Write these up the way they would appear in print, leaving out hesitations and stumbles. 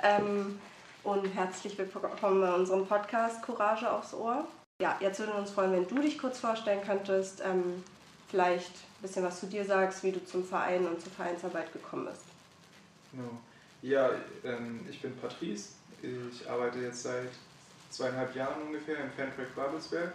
und herzlich willkommen bei unserem Podcast Courage aufs Ohr. Ja, jetzt würden wir uns freuen, wenn du dich kurz vorstellen könntest, vielleicht ein bisschen was zu dir sagst, wie du zum Verein und zur Vereinsarbeit gekommen bist. Genau. Ja, ich bin Patrice. Ich arbeite jetzt seit 2,5 Jahren ungefähr im Fanprojekt Babelsberg.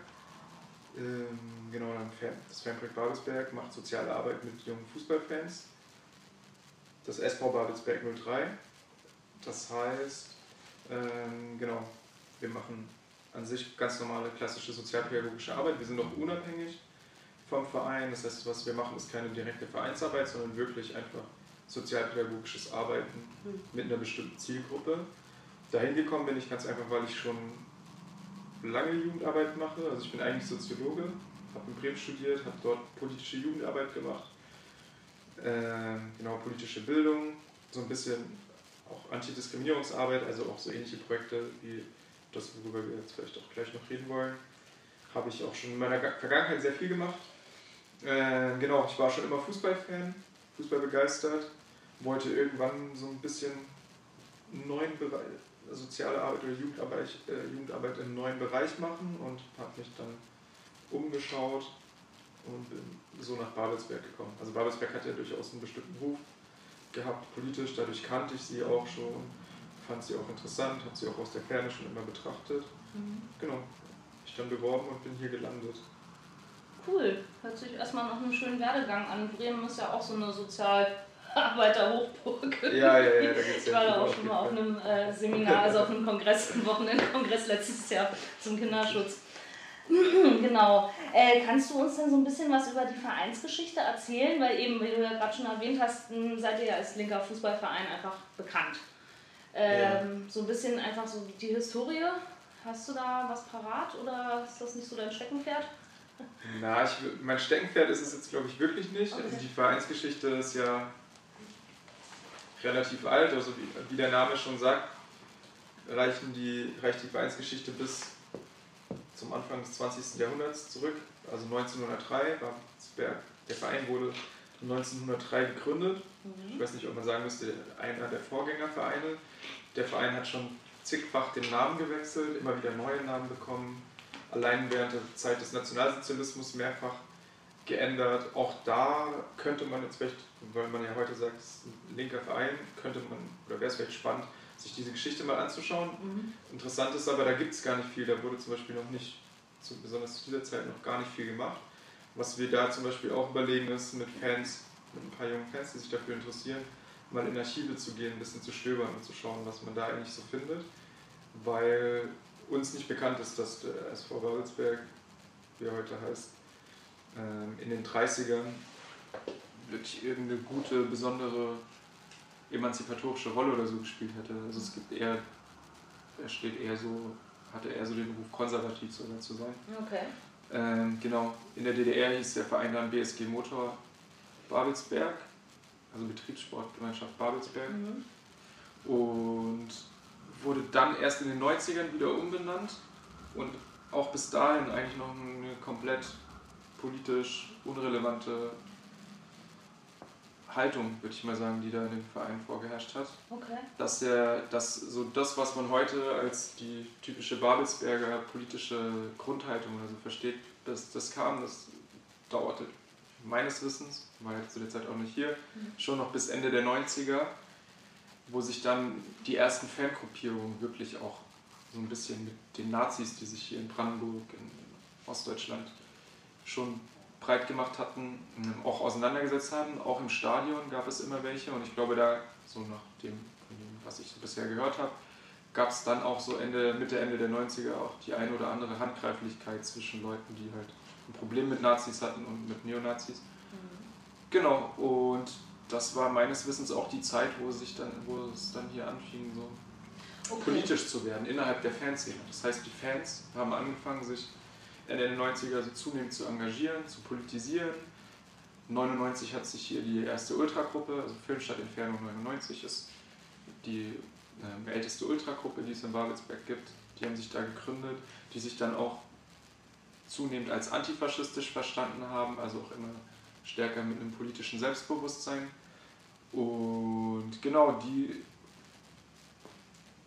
Genau, das Fanprojekt Babelsberg macht soziale Arbeit mit jungen Fußballfans. Das SV Babelsberg 03. Das heißt, genau, wir machen an sich ganz normale klassische sozialpädagogische Arbeit. Wir sind auch unabhängig vom Verein. Das heißt, was wir machen, ist keine direkte Vereinsarbeit, sondern wirklich einfach sozialpädagogisches Arbeiten mit einer bestimmten Zielgruppe. Dahin gekommen bin ich ganz einfach, weil ich schon lange Jugendarbeit mache. Also ich bin eigentlich Soziologe, habe in Bremen studiert, habe dort politische Jugendarbeit gemacht, genau, politische Bildung, so ein bisschen auch Antidiskriminierungsarbeit, also auch so ähnliche Projekte wie das, worüber wir jetzt vielleicht auch gleich noch reden wollen, habe ich auch schon in meiner Vergangenheit sehr viel gemacht. Genau, ich war schon immer Fußballfan, Fußball begeistert, wollte irgendwann so ein bisschen einen neuen Bereich, soziale Arbeit oder Jugendarbeit in einen neuen Bereich machen und habe mich dann umgeschaut und bin so nach Babelsberg gekommen. Also Babelsberg hat ja durchaus einen bestimmten Ruf gehabt, politisch, dadurch kannte ich sie auch schon, fand sie auch interessant, habe sie auch aus der Ferne schon immer betrachtet. Genau, ich dann beworben und bin hier gelandet. Cool, hört sich erstmal nach einem schönen Werdegang an. Bremen ist ja auch so eine Sozialarbeiter-Hochburg. Ja, da geht's ich war da auch schon mal auf einem Seminar, also auf einem Wochenendkongress letztes Jahr zum Kinderschutz. Genau. Kannst du uns denn so ein bisschen was über die Vereinsgeschichte erzählen? Weil eben, wie du ja gerade schon erwähnt hast, seid ihr ja als linker Fußballverein einfach bekannt. So ein bisschen einfach so die Historie. Hast du da was parat oder ist das nicht so dein Steckenpferd? Na, mein Steckenpferd ist es jetzt, glaube ich, wirklich nicht. Okay. Also die Vereinsgeschichte ist ja relativ alt, also wie der Name schon sagt, reicht die Vereinsgeschichte bis zum Anfang des 20. Jahrhunderts zurück, also 1903. Der Verein wurde 1903 gegründet. Ich weiß nicht, ob man sagen müsste, einer der Vorgängervereine. Der Verein hat schon zigfach den Namen gewechselt, immer wieder neue Namen bekommen. Allein während der Zeit des Nationalsozialismus mehrfach geändert. Auch da könnte man jetzt vielleicht, weil man ja heute sagt, es ist ein linker Verein, wäre es vielleicht spannend, sich diese Geschichte mal anzuschauen. Interessant ist aber, da gibt es gar nicht viel. Da wurde zum Beispiel noch nicht, besonders zu dieser Zeit, noch gar nicht viel gemacht. Was wir da zum Beispiel auch überlegen, ist mit ein paar jungen Fans, die sich dafür interessieren, mal in Archive zu gehen, ein bisschen zu stöbern und zu schauen, was man da eigentlich so findet. Weil uns nicht bekannt ist, dass der SV Babelsberg, wie er heute heißt, in den 30ern wirklich irgendeine gute, besondere emanzipatorische Rolle oder so gespielt hätte. Also es gibt hatte eher so den Ruf, konservativ sogar zu sein. Okay. Genau, in der DDR hieß der Verein dann BSG Motor Babelsberg, also Betriebssportgemeinschaft Babelsberg. Und wurde dann erst in den 90ern wieder umbenannt und auch bis dahin eigentlich noch eine komplett politisch unrelevante Haltung, würde ich mal sagen, die da in dem Verein vorgeherrscht hat. Okay. Das, was man heute als die typische Babelsberger politische Grundhaltung oder so versteht, das dauerte meines Wissens, war jetzt zu der Zeit auch nicht hier, schon noch bis Ende der 90er, wo sich dann die ersten Fangruppierungen wirklich auch so ein bisschen mit den Nazis, die sich hier in Brandenburg, in Ostdeutschland schon breit gemacht hatten, auch auseinandergesetzt haben. Auch im Stadion gab es immer welche und ich glaube da, so nach dem, was ich bisher gehört habe, gab es dann auch so Mitte, Ende der 90er auch die ein oder andere Handgreiflichkeit zwischen Leuten, die halt ein Problem mit Nazis hatten und mit Neonazis. Genau, und das war meines Wissens auch die Zeit, wo es dann hier anfing, so politisch zu werden, innerhalb der Fanszene. Das heißt, die Fans haben angefangen, sich Ende der 90er so zunehmend zu engagieren, zu politisieren. 1999 hat sich hier die erste Ultragruppe, also Filmstadt Entfernung 99 ist die älteste Ultragruppe, die es in Babelsberg gibt. Die haben sich da gegründet, die sich dann auch zunehmend als antifaschistisch verstanden haben, also auch immer stärker mit einem politischen Selbstbewusstsein. Und genau, die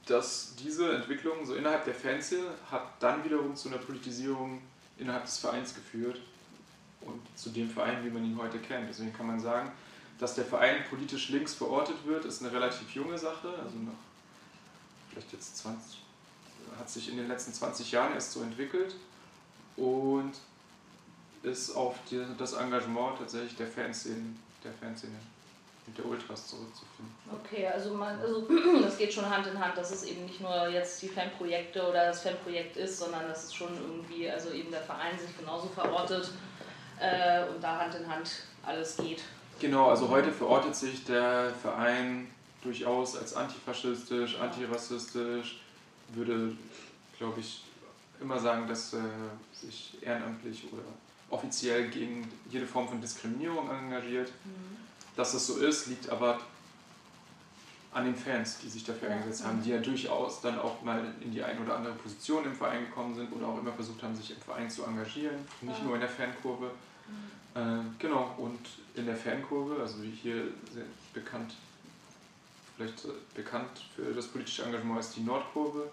dass diese Entwicklung so innerhalb der Fanszene hat dann wiederum zu einer Politisierung innerhalb des Vereins geführt und zu dem Verein, wie man ihn heute kennt. Deswegen kann man sagen, dass der Verein politisch links verortet wird, ist eine relativ junge Sache, also noch vielleicht jetzt 20, hat sich in den letzten 20 Jahren erst so entwickelt und ist auf das Engagement tatsächlich der Fanszene und der Ultras zurückzuführen. Okay, also das geht schon Hand in Hand, dass es eben nicht nur jetzt die Fanprojekte oder das Fanprojekt ist, sondern dass es schon irgendwie, also eben der Verein sich genauso verortet und da Hand in Hand alles geht. Genau, also heute verortet sich der Verein durchaus als antifaschistisch, antirassistisch, würde, glaube ich, immer sagen, dass sich ehrenamtlich oder offiziell gegen jede Form von Diskriminierung engagiert. Dass das so ist, liegt aber an den Fans, die sich dafür eingesetzt haben, die ja durchaus dann auch mal in die eine oder andere Position im Verein gekommen sind oder auch immer versucht haben, sich im Verein zu engagieren, nicht nur in der Fankurve. Genau, und in der Fankurve, also hier sehr bekannt, vielleicht bekannt für das politische Engagement ist die Nordkurve.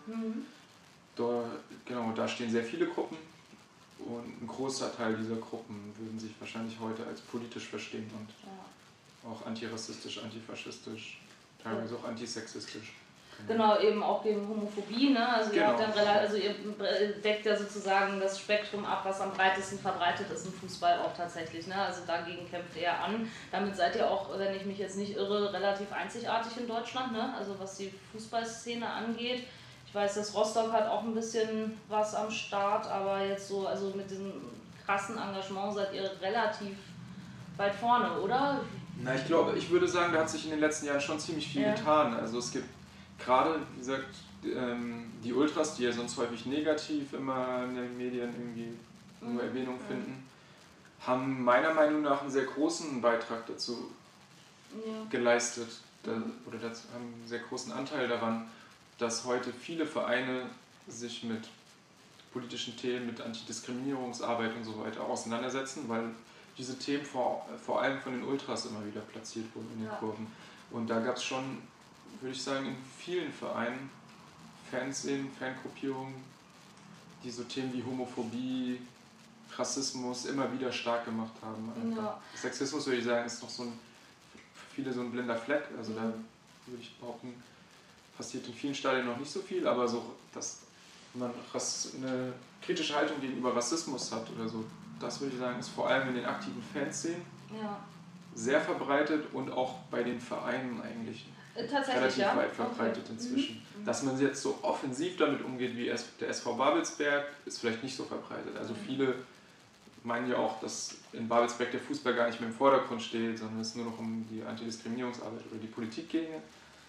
Da stehen sehr viele Gruppen und ein großer Teil dieser Gruppen würden sich wahrscheinlich heute als politisch verstehen und auch antirassistisch, antifaschistisch, teilweise auch antisexistisch. Genau, eben auch gegen Homophobie, ne? Also, genau. Ihr deckt ja sozusagen das Spektrum ab, was am breitesten verbreitet ist im Fußball auch tatsächlich, ne? Also dagegen kämpft ihr an. Damit seid ihr auch, wenn ich mich jetzt nicht irre, relativ einzigartig in Deutschland, ne? Also was die Fußballszene angeht. Ich weiß, dass Rostock hat auch ein bisschen was am Start, aber jetzt so, also mit diesem krassen Engagement seid ihr relativ weit vorne, oder? Na, ich würde sagen, da hat sich in den letzten Jahren schon ziemlich viel getan. Also es gibt gerade, wie gesagt, die Ultras, die ja sonst häufig negativ immer in den Medien irgendwie nur Erwähnung finden, haben meiner Meinung nach einen sehr großen Beitrag dazu geleistet oder dazu haben einen sehr großen Anteil daran, dass heute viele Vereine sich mit politischen Themen, mit Antidiskriminierungsarbeit und so weiter auseinandersetzen, weil diese Themen vor allem von den Ultras immer wieder platziert wurden in den Kurven. Und da gab es schon, würde ich sagen, in vielen Vereinen Fanszenen, Fangruppierungen, die so Themen wie Homophobie, Rassismus immer wieder stark gemacht haben. Sexismus, würde ich sagen, ist noch für viele so ein blinder Fleck. Also da würde ich behaupten, passiert in vielen Stadien noch nicht so viel, aber so, dass man eine kritische Haltung gegenüber Rassismus hat oder so, das würde ich sagen, ist vor allem in den aktiven Fanszenen sehr verbreitet und auch bei den Vereinen eigentlich relativ weit verbreitet inzwischen. Dass man jetzt so offensiv damit umgeht wie der SV Babelsberg, ist vielleicht nicht so verbreitet. Also viele meinen ja auch, dass in Babelsberg der Fußball gar nicht mehr im Vordergrund steht, sondern es nur noch um die Antidiskriminierungsarbeit oder die Politik ginge.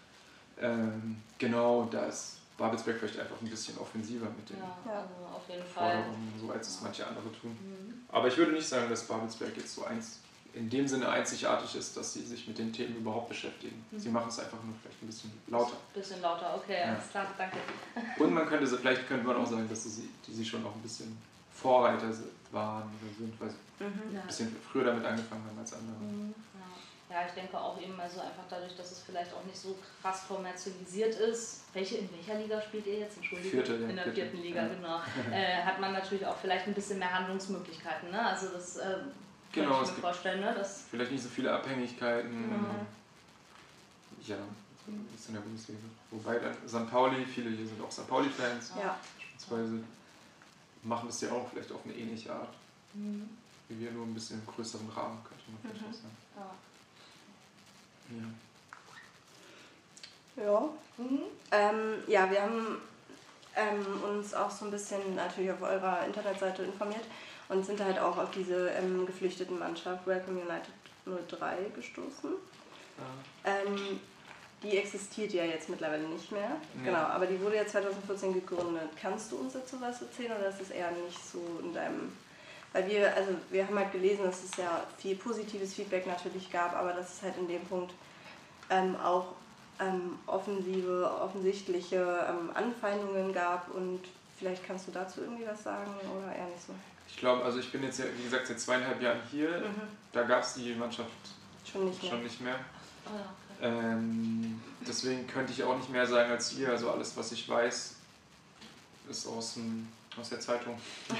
Genau, da ist Babelsberg vielleicht einfach ein bisschen offensiver mit den also auf jeden Fall. Forderungen, so als es manche andere tun. Aber ich würde nicht sagen, dass Babelsberg jetzt so in dem Sinne einzigartig ist, dass sie sich mit den Themen überhaupt beschäftigen. Sie machen es einfach nur vielleicht ein bisschen lauter. Okay, alles klar, danke. Und vielleicht könnte man auch sagen, dass sie schon auch ein bisschen Vorreiter waren oder sind, weil sie ein bisschen früher damit angefangen haben als andere. Ja, ich denke auch eben, also einfach dadurch, dass es vielleicht auch nicht so krass kommerzialisiert ist. In welcher Liga spielt ihr jetzt? Entschuldigung. In der vierten Liga, genau. Hat man natürlich auch vielleicht ein bisschen mehr Handlungsmöglichkeiten. Ne? Also das kann ich mir vorstellen. Ne? Dass vielleicht nicht so viele Abhängigkeiten. Ja, ist in der Bundesliga. Wobei dann St. Pauli, viele hier sind auch St. Pauli-Fans. Beispielsweise machen das ja auch vielleicht auf eine ähnliche Art. Wie wir, nur ein bisschen im größeren Rahmen, könnte man vielleicht auch sagen. Wir haben uns auch so ein bisschen natürlich auf eurer Internetseite informiert und sind halt auch auf diese geflüchteten Mannschaft Welcome United 03 gestoßen. Die existiert ja jetzt mittlerweile nicht mehr, genau, aber die wurde ja 2014 gegründet. Kannst du uns dazu was erzählen oder ist es eher nicht so in deinem... Weil wir haben halt gelesen, dass es ja viel positives Feedback natürlich gab, aber dass es halt in dem Punkt auch offensichtliche Anfeindungen gab und vielleicht kannst du dazu irgendwie was sagen oder eher nicht so? Ich glaube, also ich bin jetzt, wie gesagt, seit 2,5 Jahren hier, da gab es die Mannschaft schon nicht mehr. Deswegen könnte ich auch nicht mehr sagen als ihr. Also alles, was ich weiß, ist aus der Zeitung.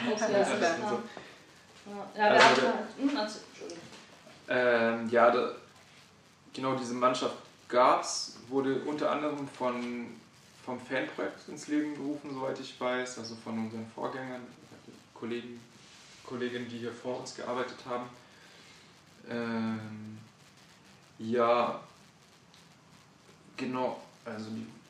Genau diese Mannschaft gab es, wurde unter anderem vom Fanprojekt ins Leben gerufen, soweit ich weiß, also von unseren Vorgängern, Kolleginnen, die hier vor uns gearbeitet haben. Genau, also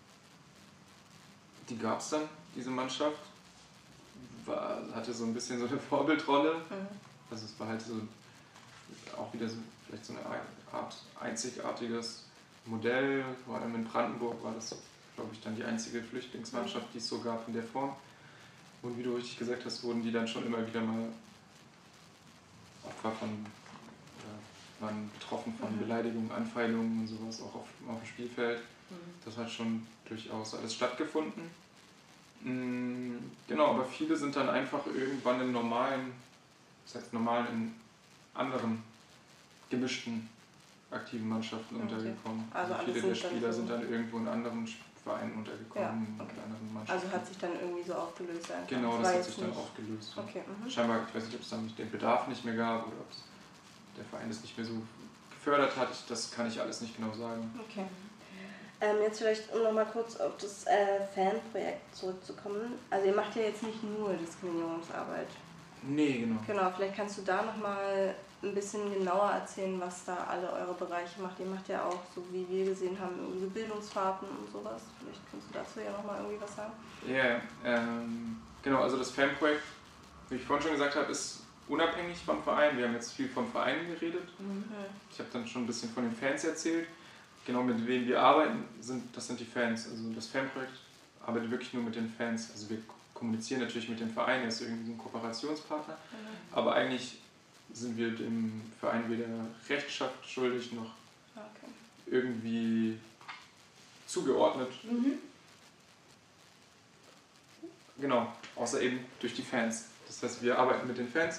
die gab es dann, diese Mannschaft, hatte so ein bisschen so eine Vorbildrolle, also es war halt so auch wieder so, vielleicht so eine Art einzigartiges Modell, vor allem in Brandenburg war das, glaube ich, dann die einzige Flüchtlingsmannschaft, die es so gab in der Form. Und wie du richtig gesagt hast, wurden die dann schon immer wieder mal Opfer waren betroffen von Beleidigungen, Anfeindungen und sowas, auch auf dem Spielfeld. Das hat schon durchaus alles stattgefunden. Genau, aber viele sind dann einfach irgendwann in in anderen gemischten aktiven Mannschaften untergekommen. Also viele der Spieler sind dann irgendwo in anderen Vereinen untergekommen, in anderen Mannschaften. Also hat sich dann irgendwie so aufgelöst einfach. Genau, das hat sich dann aufgelöst. Okay. Scheinbar, ich weiß nicht, ob es dann den Bedarf nicht mehr gab oder ob der Verein das nicht mehr so gefördert hat. Das kann ich alles nicht genau sagen. Okay. Jetzt vielleicht, um nochmal kurz auf das Fanprojekt zurückzukommen. Also ihr macht ja jetzt nicht nur Diskriminierungsarbeit. Nee, genau. Genau, vielleicht kannst du da nochmal ein bisschen genauer erzählen, was da alle eure Bereiche macht. Ihr macht ja auch, so wie wir gesehen haben, irgendwie Bildungsfahrten und sowas. Vielleicht kannst du dazu ja nochmal irgendwie was sagen. Ja, genau, also das Fanprojekt, wie ich vorhin schon gesagt habe, ist unabhängig vom Verein. Wir haben jetzt viel vom Verein geredet. Ich habe dann schon ein bisschen von den Fans erzählt. Genau, mit wem wir arbeiten, das sind die Fans. Also das Fanprojekt arbeitet wirklich nur mit den Fans. Also wir kommunizieren natürlich mit dem Verein, er ist irgendwie ein Kooperationspartner. Aber eigentlich sind wir dem Verein weder Rechenschaft schuldig noch irgendwie zugeordnet. Genau, außer eben durch die Fans. Das heißt, wir arbeiten mit den Fans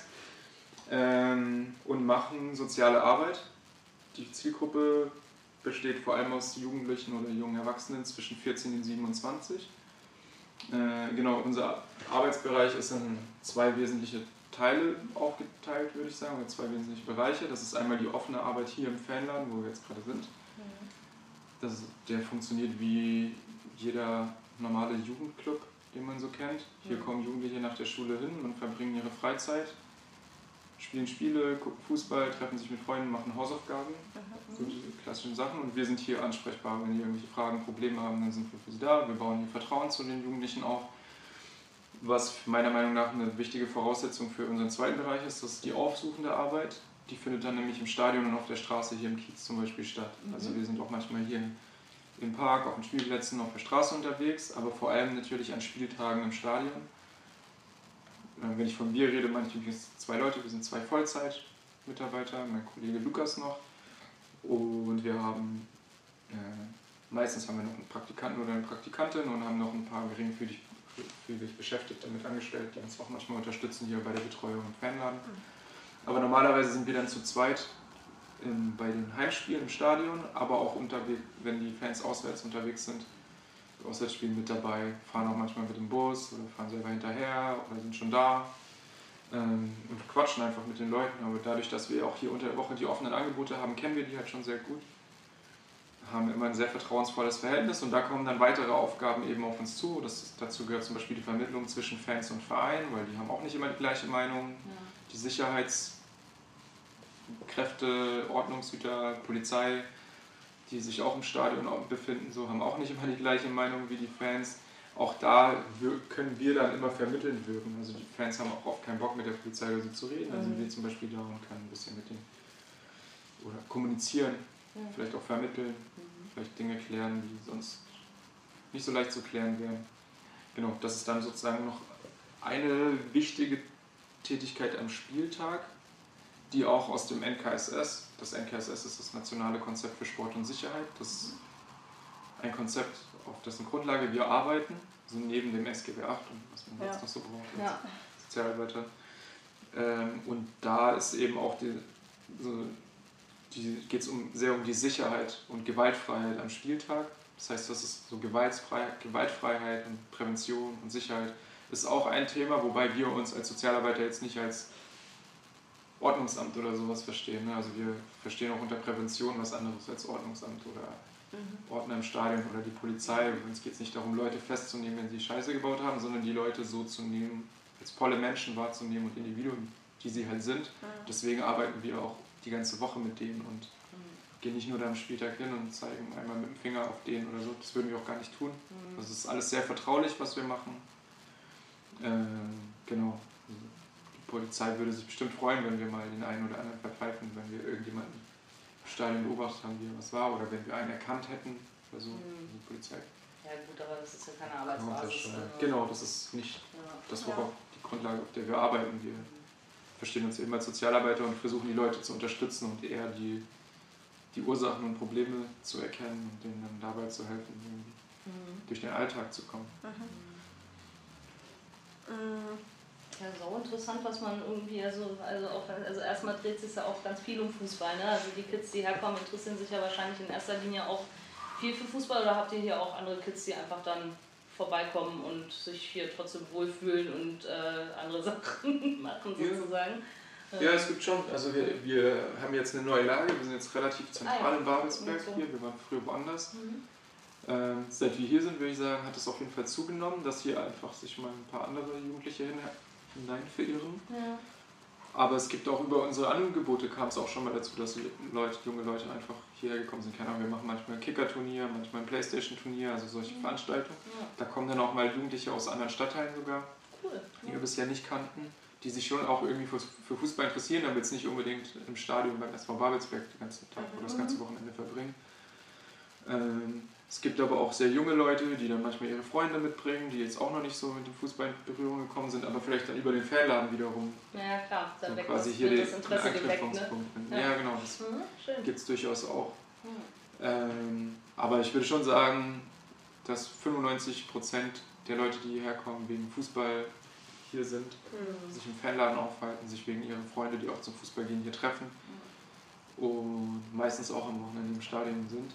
und machen soziale Arbeit. Die Zielgruppe besteht vor allem aus Jugendlichen oder jungen Erwachsenen zwischen 14 und 27. Genau, unser Arbeitsbereich ist in zwei wesentliche Teile aufgeteilt, würde ich sagen, oder zwei wesentliche Bereiche. Das ist einmal die offene Arbeit hier im Fanladen, wo wir jetzt gerade sind. Der funktioniert wie jeder normale Jugendclub, den man so kennt. Hier kommen Jugendliche nach der Schule hin und verbringen ihre Freizeit, spielen Spiele, gucken Fußball, treffen sich mit Freunden, machen Hausaufgaben, so diese klassischen Sachen. Und wir sind hier ansprechbar, wenn die irgendwelche Fragen, Probleme haben, dann sind wir für sie da. Wir bauen hier Vertrauen zu den Jugendlichen auf. Was meiner Meinung nach eine wichtige Voraussetzung für unseren zweiten Bereich ist, das ist die aufsuchende Arbeit. Die findet dann nämlich im Stadion und auf der Straße hier im Kiez zum Beispiel statt. Also wir sind auch manchmal hier im Park, auf den Spielplätzen, auf der Straße unterwegs, aber vor allem natürlich an Spieltagen im Stadion. Wenn ich von wir rede, meine ich übrigens 2 Leute, wir sind 2 Vollzeitmitarbeiter, mein Kollege Lukas noch. Und wir haben, meistens haben wir noch einen Praktikanten oder eine Praktikantin und haben noch ein paar geringfügig Beschäftigte mit angestellt, die uns auch manchmal unterstützen hier bei der Betreuung im Fanladen. Aber normalerweise sind wir dann zu zweit bei den Heimspielen im Stadion, aber auch wenn die Fans auswärts unterwegs sind, Auswärtsspielen mit dabei, fahren auch manchmal mit dem Bus oder fahren selber hinterher oder sind schon da und quatschen einfach mit den Leuten. Aber dadurch, dass wir auch hier unter der Woche die offenen Angebote haben, kennen wir die halt schon sehr gut. Haben immer ein sehr vertrauensvolles Verhältnis und da kommen dann weitere Aufgaben eben auf uns zu. Dazu gehört zum Beispiel die Vermittlung zwischen Fans und Verein, weil die haben auch nicht immer die gleiche Meinung. Ja. Die Sicherheitskräfte, Ordnungshüter, Polizei, die sich auch im Stadion befinden, so haben auch nicht immer die gleiche Meinung wie die Fans. Auch da können wir dann immer vermitteln wirken. Also die Fans haben auch oft keinen Bock mit der Polizei oder so zu reden. Dann sind wir zum Beispiel da und können ein bisschen mit denen oder kommunizieren, vielleicht auch vermitteln, vielleicht Dinge klären, die sonst nicht so leicht zu klären wären. Genau, das ist dann sozusagen noch eine wichtige Tätigkeit am Spieltag, die auch aus dem NKSS, das NKSS ist das Nationale Konzept für Sport und Sicherheit, das ist ein Konzept, auf dessen Grundlage wir arbeiten, so neben dem SGB 8 und was man jetzt noch so braucht als geht es sehr um die Sicherheit und Gewaltfreiheit am Spieltag. Das heißt, das ist so Gewaltfreiheit und Prävention und Sicherheit ist auch ein Thema, wobei wir uns als Sozialarbeiter jetzt nicht als Ordnungsamt oder sowas verstehen. Ne? Also wir verstehen auch unter Prävention was anderes als Ordnungsamt oder Ordner im Stadion oder die Polizei. Uns geht es nicht darum, Leute festzunehmen, wenn sie Scheiße gebaut haben, sondern die Leute so zu nehmen, als volle Menschen wahrzunehmen und Individuen, die sie halt sind. Deswegen arbeiten wir auch die ganze Woche mit denen und gehen nicht nur da am Spieltag hin und zeigen einmal mit dem Finger auf den oder so. Das würden wir auch gar nicht tun. Das ist alles sehr vertraulich, was wir machen. Genau. Die Polizei würde sich bestimmt freuen, wenn wir mal den einen oder anderen verpfeifen, wenn wir irgendjemanden im Stadion beobachtet haben, wie er was war, oder wenn wir einen erkannt hätten oder so. Die Polizei. Ja gut, aber das ist ja keine Arbeitsbasis. Genau, das ist nicht das, worauf die Grundlage, auf der wir arbeiten. Wir verstehen uns eben als Sozialarbeiter und versuchen die Leute zu unterstützen und eher die Ursachen und Probleme zu erkennen und denen dann dabei zu helfen, durch den Alltag zu kommen. Ja, so interessant, was man irgendwie, also erstmal dreht sich ja auch ganz viel um Fußball, ne? Also die Kids, die herkommen, interessieren sich ja wahrscheinlich in erster Linie auch viel für Fußball, oder habt ihr hier auch andere Kids, die einfach dann vorbeikommen und sich hier trotzdem wohlfühlen und andere Sachen machen sozusagen? Ja, es gibt schon. Also wir haben jetzt eine neue Lage, wir sind jetzt relativ zentral in Babelsberg hier, wir waren früher woanders. Seit wir hier sind, würde ich sagen, hat es auf jeden Fall zugenommen, dass hier einfach sich mal ein paar andere Jugendliche hinein verirren. Ja. Aber es gibt auch über unsere Angebote kam es auch schon mal dazu, dass junge Leute einfach hierher gekommen sind. Keine Ahnung, wir machen manchmal ein Kicker-Turnier, manchmal ein Playstation-Turnier, also solche Veranstaltungen. Ja. Da kommen dann auch mal Jugendliche aus anderen Stadtteilen sogar, die wir bisher nicht kannten, die sich schon auch irgendwie für Fußball interessieren, aber jetzt nicht unbedingt im Stadion beim SV Babelsberg den ganzen Tag oder das ganze Wochenende verbringen. Es gibt aber auch sehr junge Leute, die dann manchmal ihre Freunde mitbringen, die jetzt auch noch nicht so mit dem Fußball in Berührung gekommen sind, aber vielleicht dann über den Fanladen wiederum. Ja klar, dann so quasi hier das Interesse geweckt, ne? Ja genau, das gibt es durchaus auch. Aber ich würde schon sagen, dass 95% der Leute, die hierher kommen, wegen Fußball hier sind, sich im Fanladen aufhalten, sich wegen ihrer Freunde, die auch zum Fußball gehen, hier treffen und meistens auch am Wochenende im Stadion sind.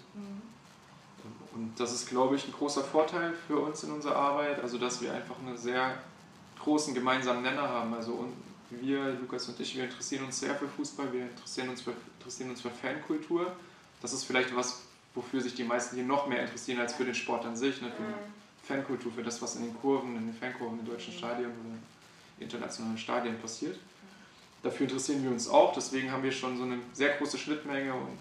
Und das ist, glaube ich, ein großer Vorteil für uns in unserer Arbeit, also dass wir einfach einen sehr großen gemeinsamen Nenner haben. Also wir, Lukas und ich, wir interessieren uns sehr für Fußball, wir interessieren uns für Fankultur. Das ist vielleicht was, wofür sich die meisten hier noch mehr interessieren als für den Sport an sich, ne? Für die Fankultur, für das, was in den Fankurven, in deutschen Stadien oder internationalen Stadien passiert. Dafür interessieren wir uns auch, deswegen haben wir schon so eine sehr große Schnittmenge und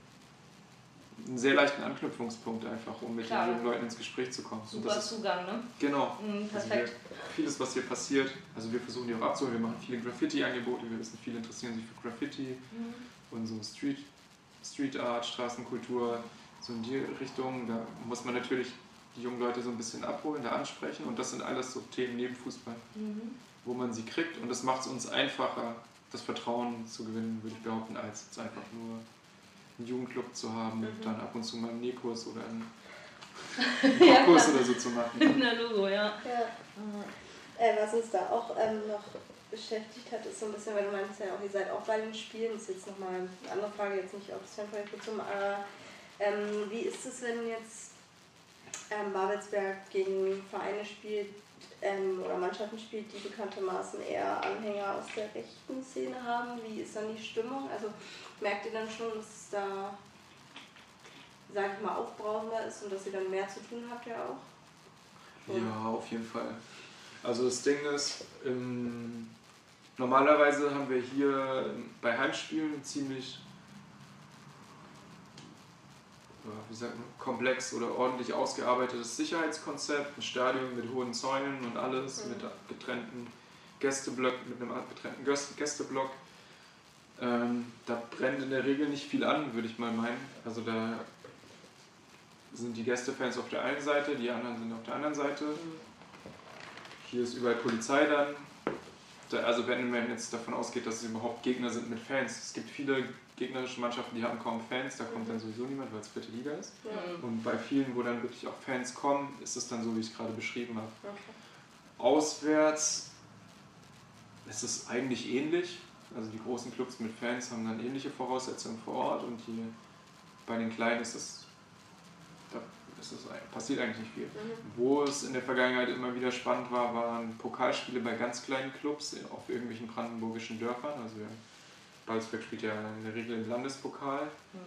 einen sehr leichten Anknüpfungspunkt einfach, um mit den jungen Leuten ins Gespräch zu kommen. Super, das ist, Zugang, ne? Genau. Perfekt. Also vieles, was hier passiert, also wir versuchen die auch abzuholen, wir machen viele Graffiti-Angebote, wir wissen, viele interessieren sich für Graffiti und so Street Art, Straßenkultur, so in die Richtung. Da muss man natürlich die jungen Leute so ein bisschen abholen, da ansprechen und das sind alles so Themen neben Fußball, wo man sie kriegt und das macht es uns einfacher, das Vertrauen zu gewinnen, würde ich behaupten, als jetzt einfach nur einen Jugendclub zu haben und dann ab und zu mal einen Nähkurs oder einen Kurs oder so zu machen. Na Logo, ja. Was uns da auch noch beschäftigt hat, ist so ein bisschen, weil du meinst ja auch, ihr seid auch bei den Spielen, das ist jetzt nochmal eine andere Frage, jetzt nicht auf das Fanprojekt bezogen, aber wie ist es, wenn jetzt Babelsberg gegen Vereine spielt oder Mannschaften spielt, die bekanntermaßen eher Anhänger aus der rechten Szene haben? Wie ist dann die Stimmung? Also merkt ihr dann schon, dass es da, sag ich mal, aufbrausender ist und dass ihr dann mehr zu tun habt ja auch? Ja, auf jeden Fall. Also das Ding ist, normalerweise haben wir hier bei Heimspielen ziemlich komplex oder ordentlich ausgearbeitetes Sicherheitskonzept, ein Stadion mit hohen Zäunen und alles, mit getrennten Gästeblöcken, mit einem getrennten Gästeblock. Da brennt in der Regel nicht viel an, würde ich mal meinen. Also da sind die Gästefans auf der einen Seite, die anderen sind auf der anderen Seite. Hier ist überall Polizei dann. Also wenn man jetzt davon ausgeht, dass es überhaupt Gegner sind mit Fans. Es gibt viele gegnerische Mannschaften, die haben kaum Fans, da kommt dann sowieso niemand, weil es 4. Liga ist. Und bei vielen, wo dann wirklich auch Fans kommen, ist es dann so, wie ich es gerade beschrieben habe. Auswärts ist es eigentlich ähnlich. also die großen Clubs mit Fans haben dann ähnliche Voraussetzungen vor Ort und bei den kleinen passiert eigentlich nicht viel. Wo es in der Vergangenheit immer wieder spannend war, waren Pokalspiele bei ganz kleinen Clubs auf irgendwelchen brandenburgischen Dörfern. Also Babelsberg spielt ja in der Regel im Landespokal,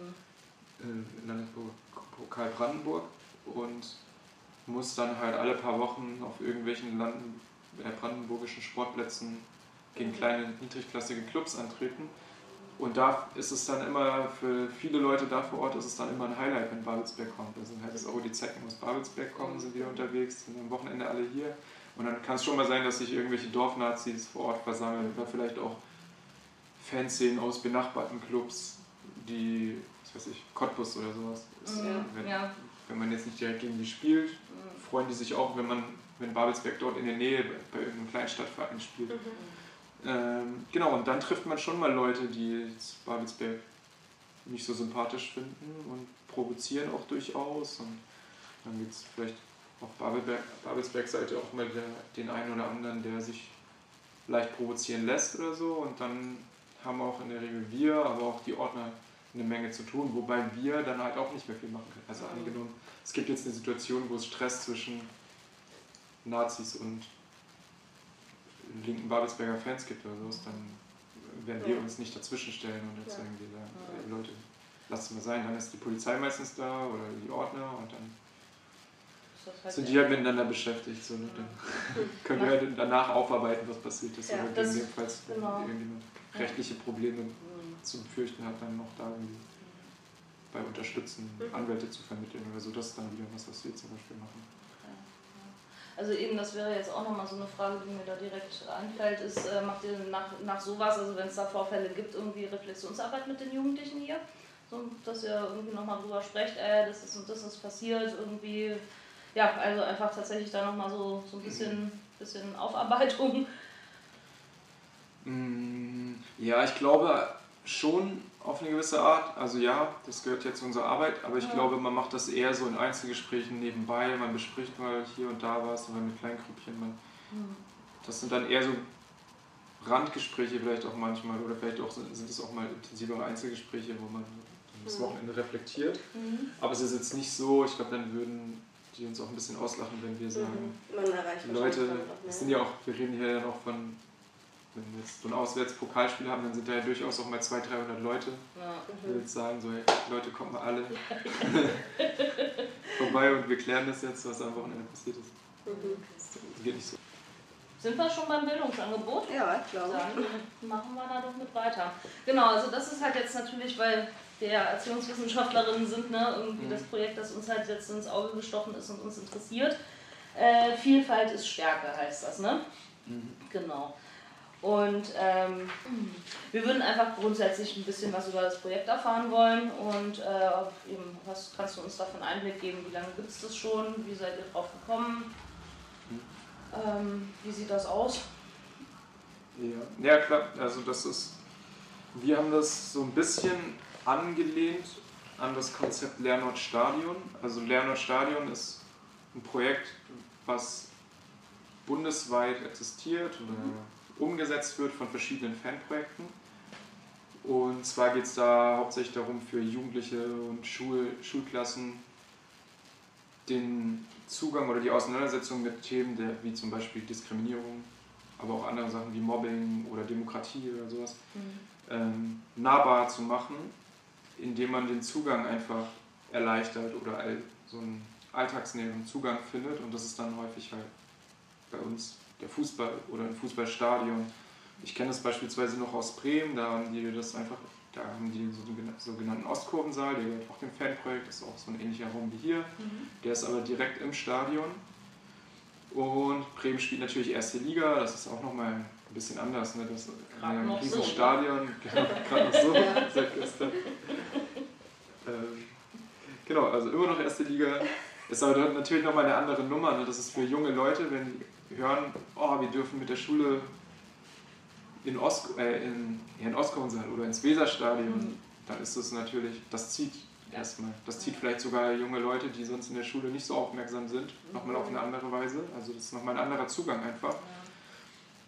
Landespokal Brandenburg und muss dann halt alle paar Wochen auf irgendwelchen brandenburgischen Sportplätzen gegen kleine, niedrigklassige Clubs antreten. Und da ist es dann immer, für viele Leute da vor Ort ist es dann immer ein Highlight, wenn Babelsberg kommt. Also dann heißt es, oh, die Zecken aus Babelsberg kommen, sind wieder unterwegs, sind am Wochenende alle hier. Und dann kann es schon mal sein, dass sich irgendwelche Dorfnazis vor Ort versammeln oder vielleicht auch Fanszenen aus benachbarten Clubs, die, was weiß ich, Cottbus oder sowas. Wenn man jetzt nicht direkt gegen die spielt, freuen die sich auch, wenn Babelsberg dort in der Nähe bei irgendeinem Kleinstadtverein spielt. Genau, und dann trifft man schon mal Leute, die Babelsberg nicht so sympathisch finden und provozieren auch durchaus. Und dann gibt es vielleicht auf Babelsberg-Seite auch mal den einen oder anderen, der sich leicht provozieren lässt oder so. Und dann haben auch in der Regel wir, aber auch die Ordner eine Menge zu tun, wobei wir dann halt auch nicht mehr viel machen können. Also angenommen, es gibt jetzt eine Situation, wo es Stress zwischen Nazis und linken Babelsberger Fans gibt oder sowas, dann werden wir uns nicht dazwischen stellen und jetzt irgendwie sagen, Leute, lasst es mal sein, dann ist die Polizei meistens da oder die Ordner und dann sind die halt miteinander beschäftigt. So, ne? Dann können wir halt danach aufarbeiten, was passiert ist. Oder gegebenenfalls, wenn irgendjemand rechtliche Probleme zu befürchten hat, dann noch da irgendwie bei unterstützen, Anwälte zu vermitteln oder so. Das ist dann wieder was wir zum Beispiel machen. Also eben, das wäre jetzt auch nochmal so eine Frage, die mir da direkt einfällt, ist, macht ihr nach sowas, also wenn es da Vorfälle gibt, irgendwie Reflexionsarbeit mit den Jugendlichen hier? So, dass ihr irgendwie nochmal drüber sprecht, das ist und das ist passiert, irgendwie, ja, also einfach tatsächlich da nochmal so ein bisschen Aufarbeitung. Ja, ich glaube schon auf eine gewisse Art, also ja, das gehört ja zu unserer Arbeit, aber ich glaube, man macht das eher so in Einzelgesprächen nebenbei, man bespricht mal hier und da was oder mit kleinen Grüppchen. Das sind dann eher so Randgespräche vielleicht auch manchmal oder vielleicht auch sind es auch mal intensivere Einzelgespräche, wo man das Wochenende reflektiert. Aber es ist jetzt nicht so, ich glaube, dann würden die uns auch ein bisschen auslachen, wenn wir sagen, Leute, das sind ja auch, wir reden hier ja noch von, wenn wir jetzt so ein Auswärtspokalspiel haben, dann sind da ja durchaus auch mal 200-300 Leute. Ich will jetzt sagen, so, hey, Leute, kommt mal alle vorbei und wir klären das jetzt, was am Wochenende passiert ist. Das geht nicht so. Sind wir schon beim Bildungsangebot? Ja, ich glaube. Dann machen wir da doch mit weiter. Genau, also das ist halt jetzt natürlich, weil wir ja Erziehungswissenschaftlerinnen sind, ne, irgendwie das Projekt, das uns halt jetzt ins Auge gestochen ist und uns interessiert. Vielfalt ist Stärke, heißt das, ne? Genau. Und wir würden einfach grundsätzlich ein bisschen was über das Projekt erfahren wollen und eben, was kannst du uns davon Einblick geben? Wie lange gibt es das schon? Wie seid ihr drauf gekommen? Wie sieht das aus? Ja, klar, also wir haben das so ein bisschen angelehnt an das Konzept Lernort-Stadion. Also Lernort-Stadion ist ein Projekt, was bundesweit existiert oder umgesetzt wird von verschiedenen Fanprojekten. Und zwar geht es da hauptsächlich darum, für Jugendliche und Schulklassen den Zugang oder die Auseinandersetzung mit Themen wie zum Beispiel Diskriminierung, aber auch andere Sachen wie Mobbing oder Demokratie oder sowas, nahbar zu machen, indem man den Zugang einfach erleichtert oder so einen alltagsnäheren Zugang findet. Und das ist dann häufig halt bei uns der Fußball oder ein Fußballstadion. Ich kenne das beispielsweise noch aus Bremen, da haben die den sogenannten Ostkurvensaal, der gehört auch dem Fanprojekt, das ist auch so ein ähnlicher Raum wie hier. Der ist aber direkt im Stadion. Und Bremen spielt natürlich erste Liga, das ist auch nochmal ein bisschen anders. Ne? Das ist ein Riesenstadion, gerade noch so, seit gestern. Genau, also immer noch erste Liga. Ist aber natürlich nochmal eine andere Nummer. Ne? Das ist für junge Leute, wenn die hören, oh, wir dürfen mit der Schule in Ostkurvensaal oder ins Weserstadion, dann ist das natürlich, das zieht erstmal. Das zieht vielleicht sogar junge Leute, die sonst in der Schule nicht so aufmerksam sind, nochmal auf eine andere Weise. Also das ist nochmal ein anderer Zugang einfach.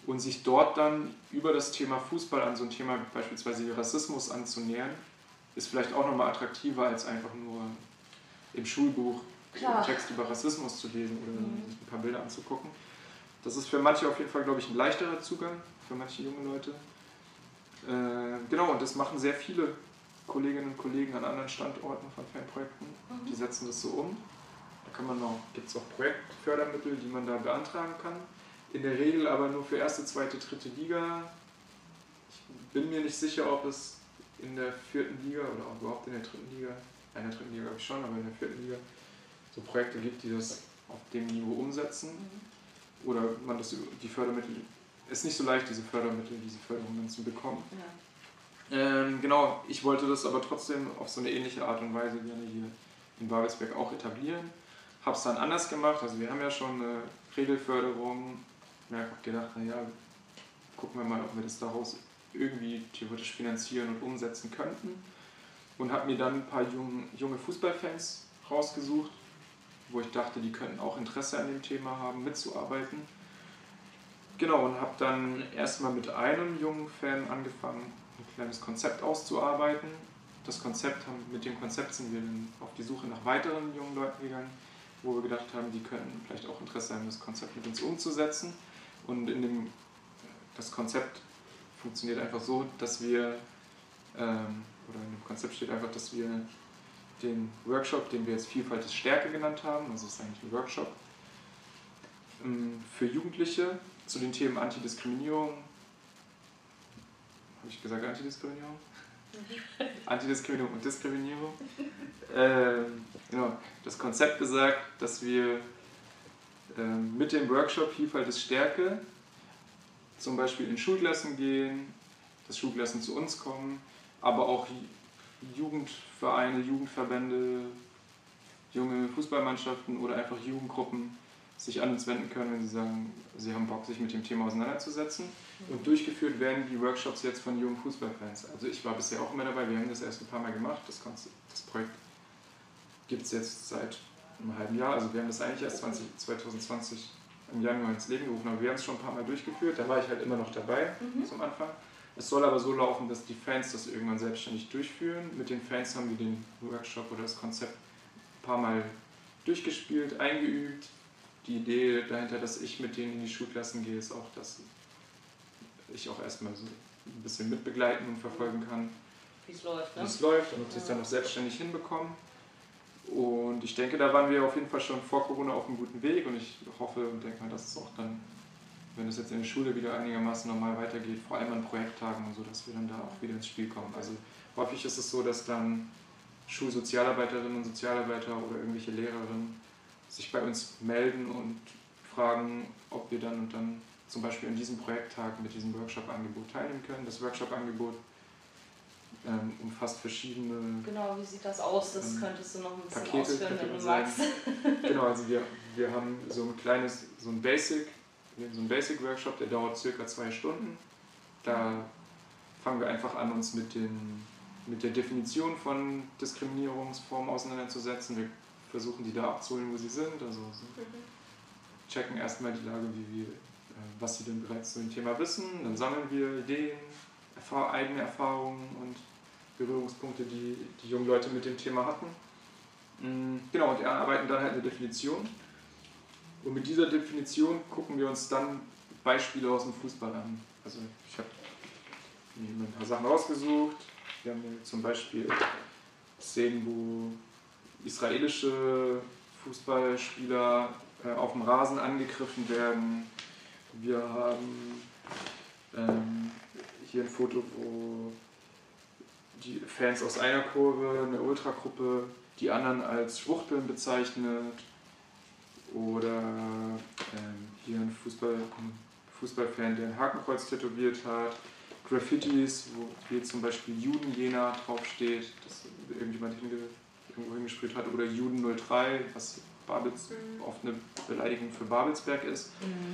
Und sich dort dann über das Thema Fußball an so ein Thema wie beispielsweise Rassismus anzunähern, ist vielleicht auch nochmal attraktiver, als einfach nur im Schulbuch einen Text über Rassismus zu lesen oder sich ein paar Bilder anzugucken. Das ist für manche auf jeden Fall, glaube ich, ein leichterer Zugang, für manche junge Leute. Genau, und das machen sehr viele Kolleginnen und Kollegen an anderen Standorten von Fanprojekten. Die setzen das so um. Da gibt es auch Projektfördermittel, die man da beantragen kann. In der Regel aber nur für erste, zweite, dritte Liga. Ich bin mir nicht sicher, ob es in der 4. Liga oder auch überhaupt in der 3. Liga, in der 3. Liga glaube ich schon, aber in der 4. Liga so Projekte gibt, die das auf dem Niveau umsetzen. Oder man die Fördermittel, ist nicht so leicht, diese Förderungen zu bekommen. Ja. Genau, ich wollte das aber trotzdem auf so eine ähnliche Art und Weise gerne hier in Babelsberg auch etablieren. Habe es dann anders gemacht, also wir haben ja schon eine Regelförderung. Ich habe gedacht, gucken wir mal, ob wir das daraus irgendwie theoretisch finanzieren und umsetzen könnten. Und habe mir dann ein paar junge Fußballfans rausgesucht, wo ich dachte, die könnten auch Interesse an dem Thema haben, mitzuarbeiten. Genau, und habe dann erstmal mit einem jungen Fan angefangen, ein kleines Konzept auszuarbeiten. Mit dem Konzept sind wir dann auf die Suche nach weiteren jungen Leuten gegangen, wo wir gedacht haben, die könnten vielleicht auch Interesse haben, das Konzept mit uns umzusetzen. Und das Konzept funktioniert einfach so, dass wir, oder in dem Konzept steht einfach, dass wir den Workshop, den wir jetzt Vielfalt ist Stärke genannt haben, also es ist eigentlich ein Workshop für Jugendliche zu den Themen Antidiskriminierung. Habe ich gesagt Antidiskriminierung? Antidiskriminierung und Diskriminierung. Genau, das Konzept besagt, dass wir mit dem Workshop Vielfalt ist Stärke zum Beispiel in Schulklassen gehen, dass Schulklassen zu uns kommen, aber auch Jugendvereine, Jugendverbände, junge Fußballmannschaften oder einfach Jugendgruppen sich an uns wenden können, wenn sie sagen, sie haben Bock, sich mit dem Thema auseinanderzusetzen. Und durchgeführt werden die Workshops jetzt von jungen Fußballfans. Also ich war bisher auch immer dabei, wir haben das erst ein paar Mal gemacht. Das Projekt gibt es jetzt seit einem halben Jahr. Also wir haben das eigentlich erst 2020 im Januar ins Leben gerufen, aber wir haben es schon ein paar Mal durchgeführt. Da war ich halt immer noch dabei zum Anfang. Es soll aber so laufen, dass die Fans das irgendwann selbstständig durchführen. Mit den Fans haben wir den Workshop oder das Konzept ein paar Mal durchgespielt, eingeübt. Die Idee dahinter, dass ich mit denen in die Schulklassen gehe, ist auch, dass ich auch erstmal so ein bisschen mitbegleiten und verfolgen kann, wie es läuft, und ob sie es dann noch selbstständig hinbekommen. Und ich denke, da waren wir auf jeden Fall schon vor Corona auf einem guten Weg und ich hoffe und denke mal, dass es auch dann, wenn es jetzt in der Schule wieder einigermaßen normal weitergeht, vor allem an Projekttagen und so, dass wir dann da auch wieder ins Spiel kommen. Also häufig ist es so, dass dann Schulsozialarbeiterinnen und Sozialarbeiter oder irgendwelche Lehrerinnen sich bei uns melden und fragen, ob wir dann und dann zum Beispiel an diesem Projekttag mit diesem Workshop-Angebot teilnehmen können. Das Workshop-Angebot umfasst verschiedene... Genau, wie sieht das aus? Das könntest du noch ein bisschen Pakete, ausführen, wenn du magst. Genau, also wir haben so einen Basic-Workshop, der dauert circa 2 Stunden. Da fangen wir einfach an, uns mit der Definition von Diskriminierungsformen auseinanderzusetzen. Wir versuchen, die da abzuholen, wo sie sind. Also checken erstmal die Lage, was sie denn bereits zu dem Thema wissen. Dann sammeln wir Ideen, eigene Erfahrungen und Berührungspunkte, die jungen Leute mit dem Thema hatten. Genau, und erarbeiten dann halt eine Definition. Und mit dieser Definition gucken wir uns dann Beispiele aus dem Fußball an. Also ich habe mir ein paar Sachen rausgesucht. Wir haben hier zum Beispiel Szenen, wo israelische Fußballspieler auf dem Rasen angegriffen werden. Wir haben hier ein Foto, wo die Fans aus einer Kurve, eine Ultragruppe, die anderen als Schwuchteln bezeichnet. Oder hier ein Fußballfan, der ein Hakenkreuz tätowiert hat. Graffitis, wo hier zum Beispiel Juden-Jena draufsteht, das irgendjemand irgendwo hingespielt hat. Oder Juden 03, was oft eine Beleidigung für Babelsberg ist.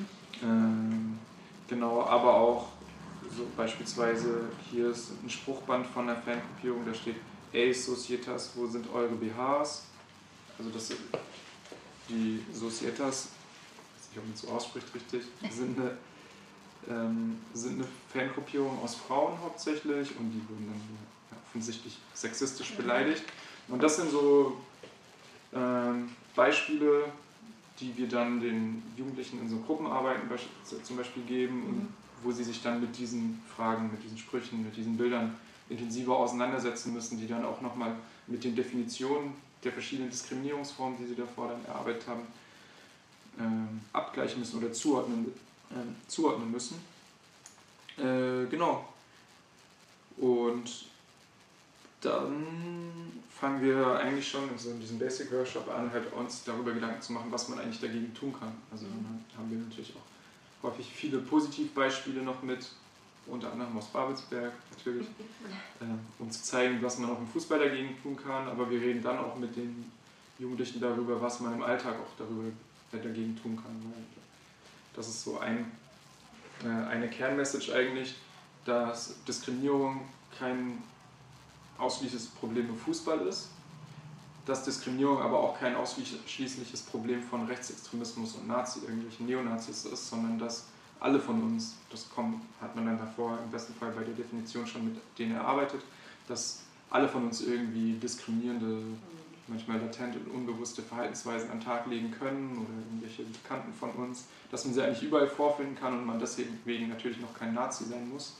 Genau, aber auch so beispielsweise hier ist ein Spruchband von einer Fangruppierung, da steht: Ey Societas, wo sind eure BHs? Also das die Societas, ich weiß nicht, ob man es so ausspricht richtig, sind sind eine Fangruppierung aus Frauen hauptsächlich und die wurden dann offensichtlich sexistisch beleidigt. Und das sind so Beispiele, die wir dann den Jugendlichen in so Gruppenarbeiten zum Beispiel geben, und wo sie sich dann mit diesen Fragen, mit diesen Sprüchen, mit diesen Bildern intensiver auseinandersetzen müssen, die dann auch nochmal mit den Definitionen der verschiedenen Diskriminierungsformen, die sie davor dann erarbeitet haben, abgleichen müssen oder zuordnen müssen. Genau. Und dann fangen wir eigentlich schon in diesem Basic Workshop an, halt uns darüber Gedanken zu machen, was man eigentlich dagegen tun kann. Also dann haben wir natürlich auch häufig viele Positivbeispiele noch mit, unter anderem aus Babelsberg natürlich, um zu zeigen, was man auch im Fußball dagegen tun kann. Aber wir reden dann auch mit den Jugendlichen darüber, was man im Alltag auch dagegen tun kann. Weil das ist so eine Kernmessage eigentlich, dass Diskriminierung kein ausschließliches Problem im Fußball ist, dass Diskriminierung aber auch kein ausschließliches Problem von Rechtsextremismus und irgendwelchen Neonazis ist, sondern dass alle von uns, hat man dann davor im besten Fall bei der Definition schon mit denen erarbeitet, dass alle von uns irgendwie diskriminierende, manchmal latente und unbewusste Verhaltensweisen an den Tag legen können oder irgendwelche Bekannten von uns, dass man sie eigentlich überall vorfinden kann und man deswegen natürlich noch kein Nazi sein muss.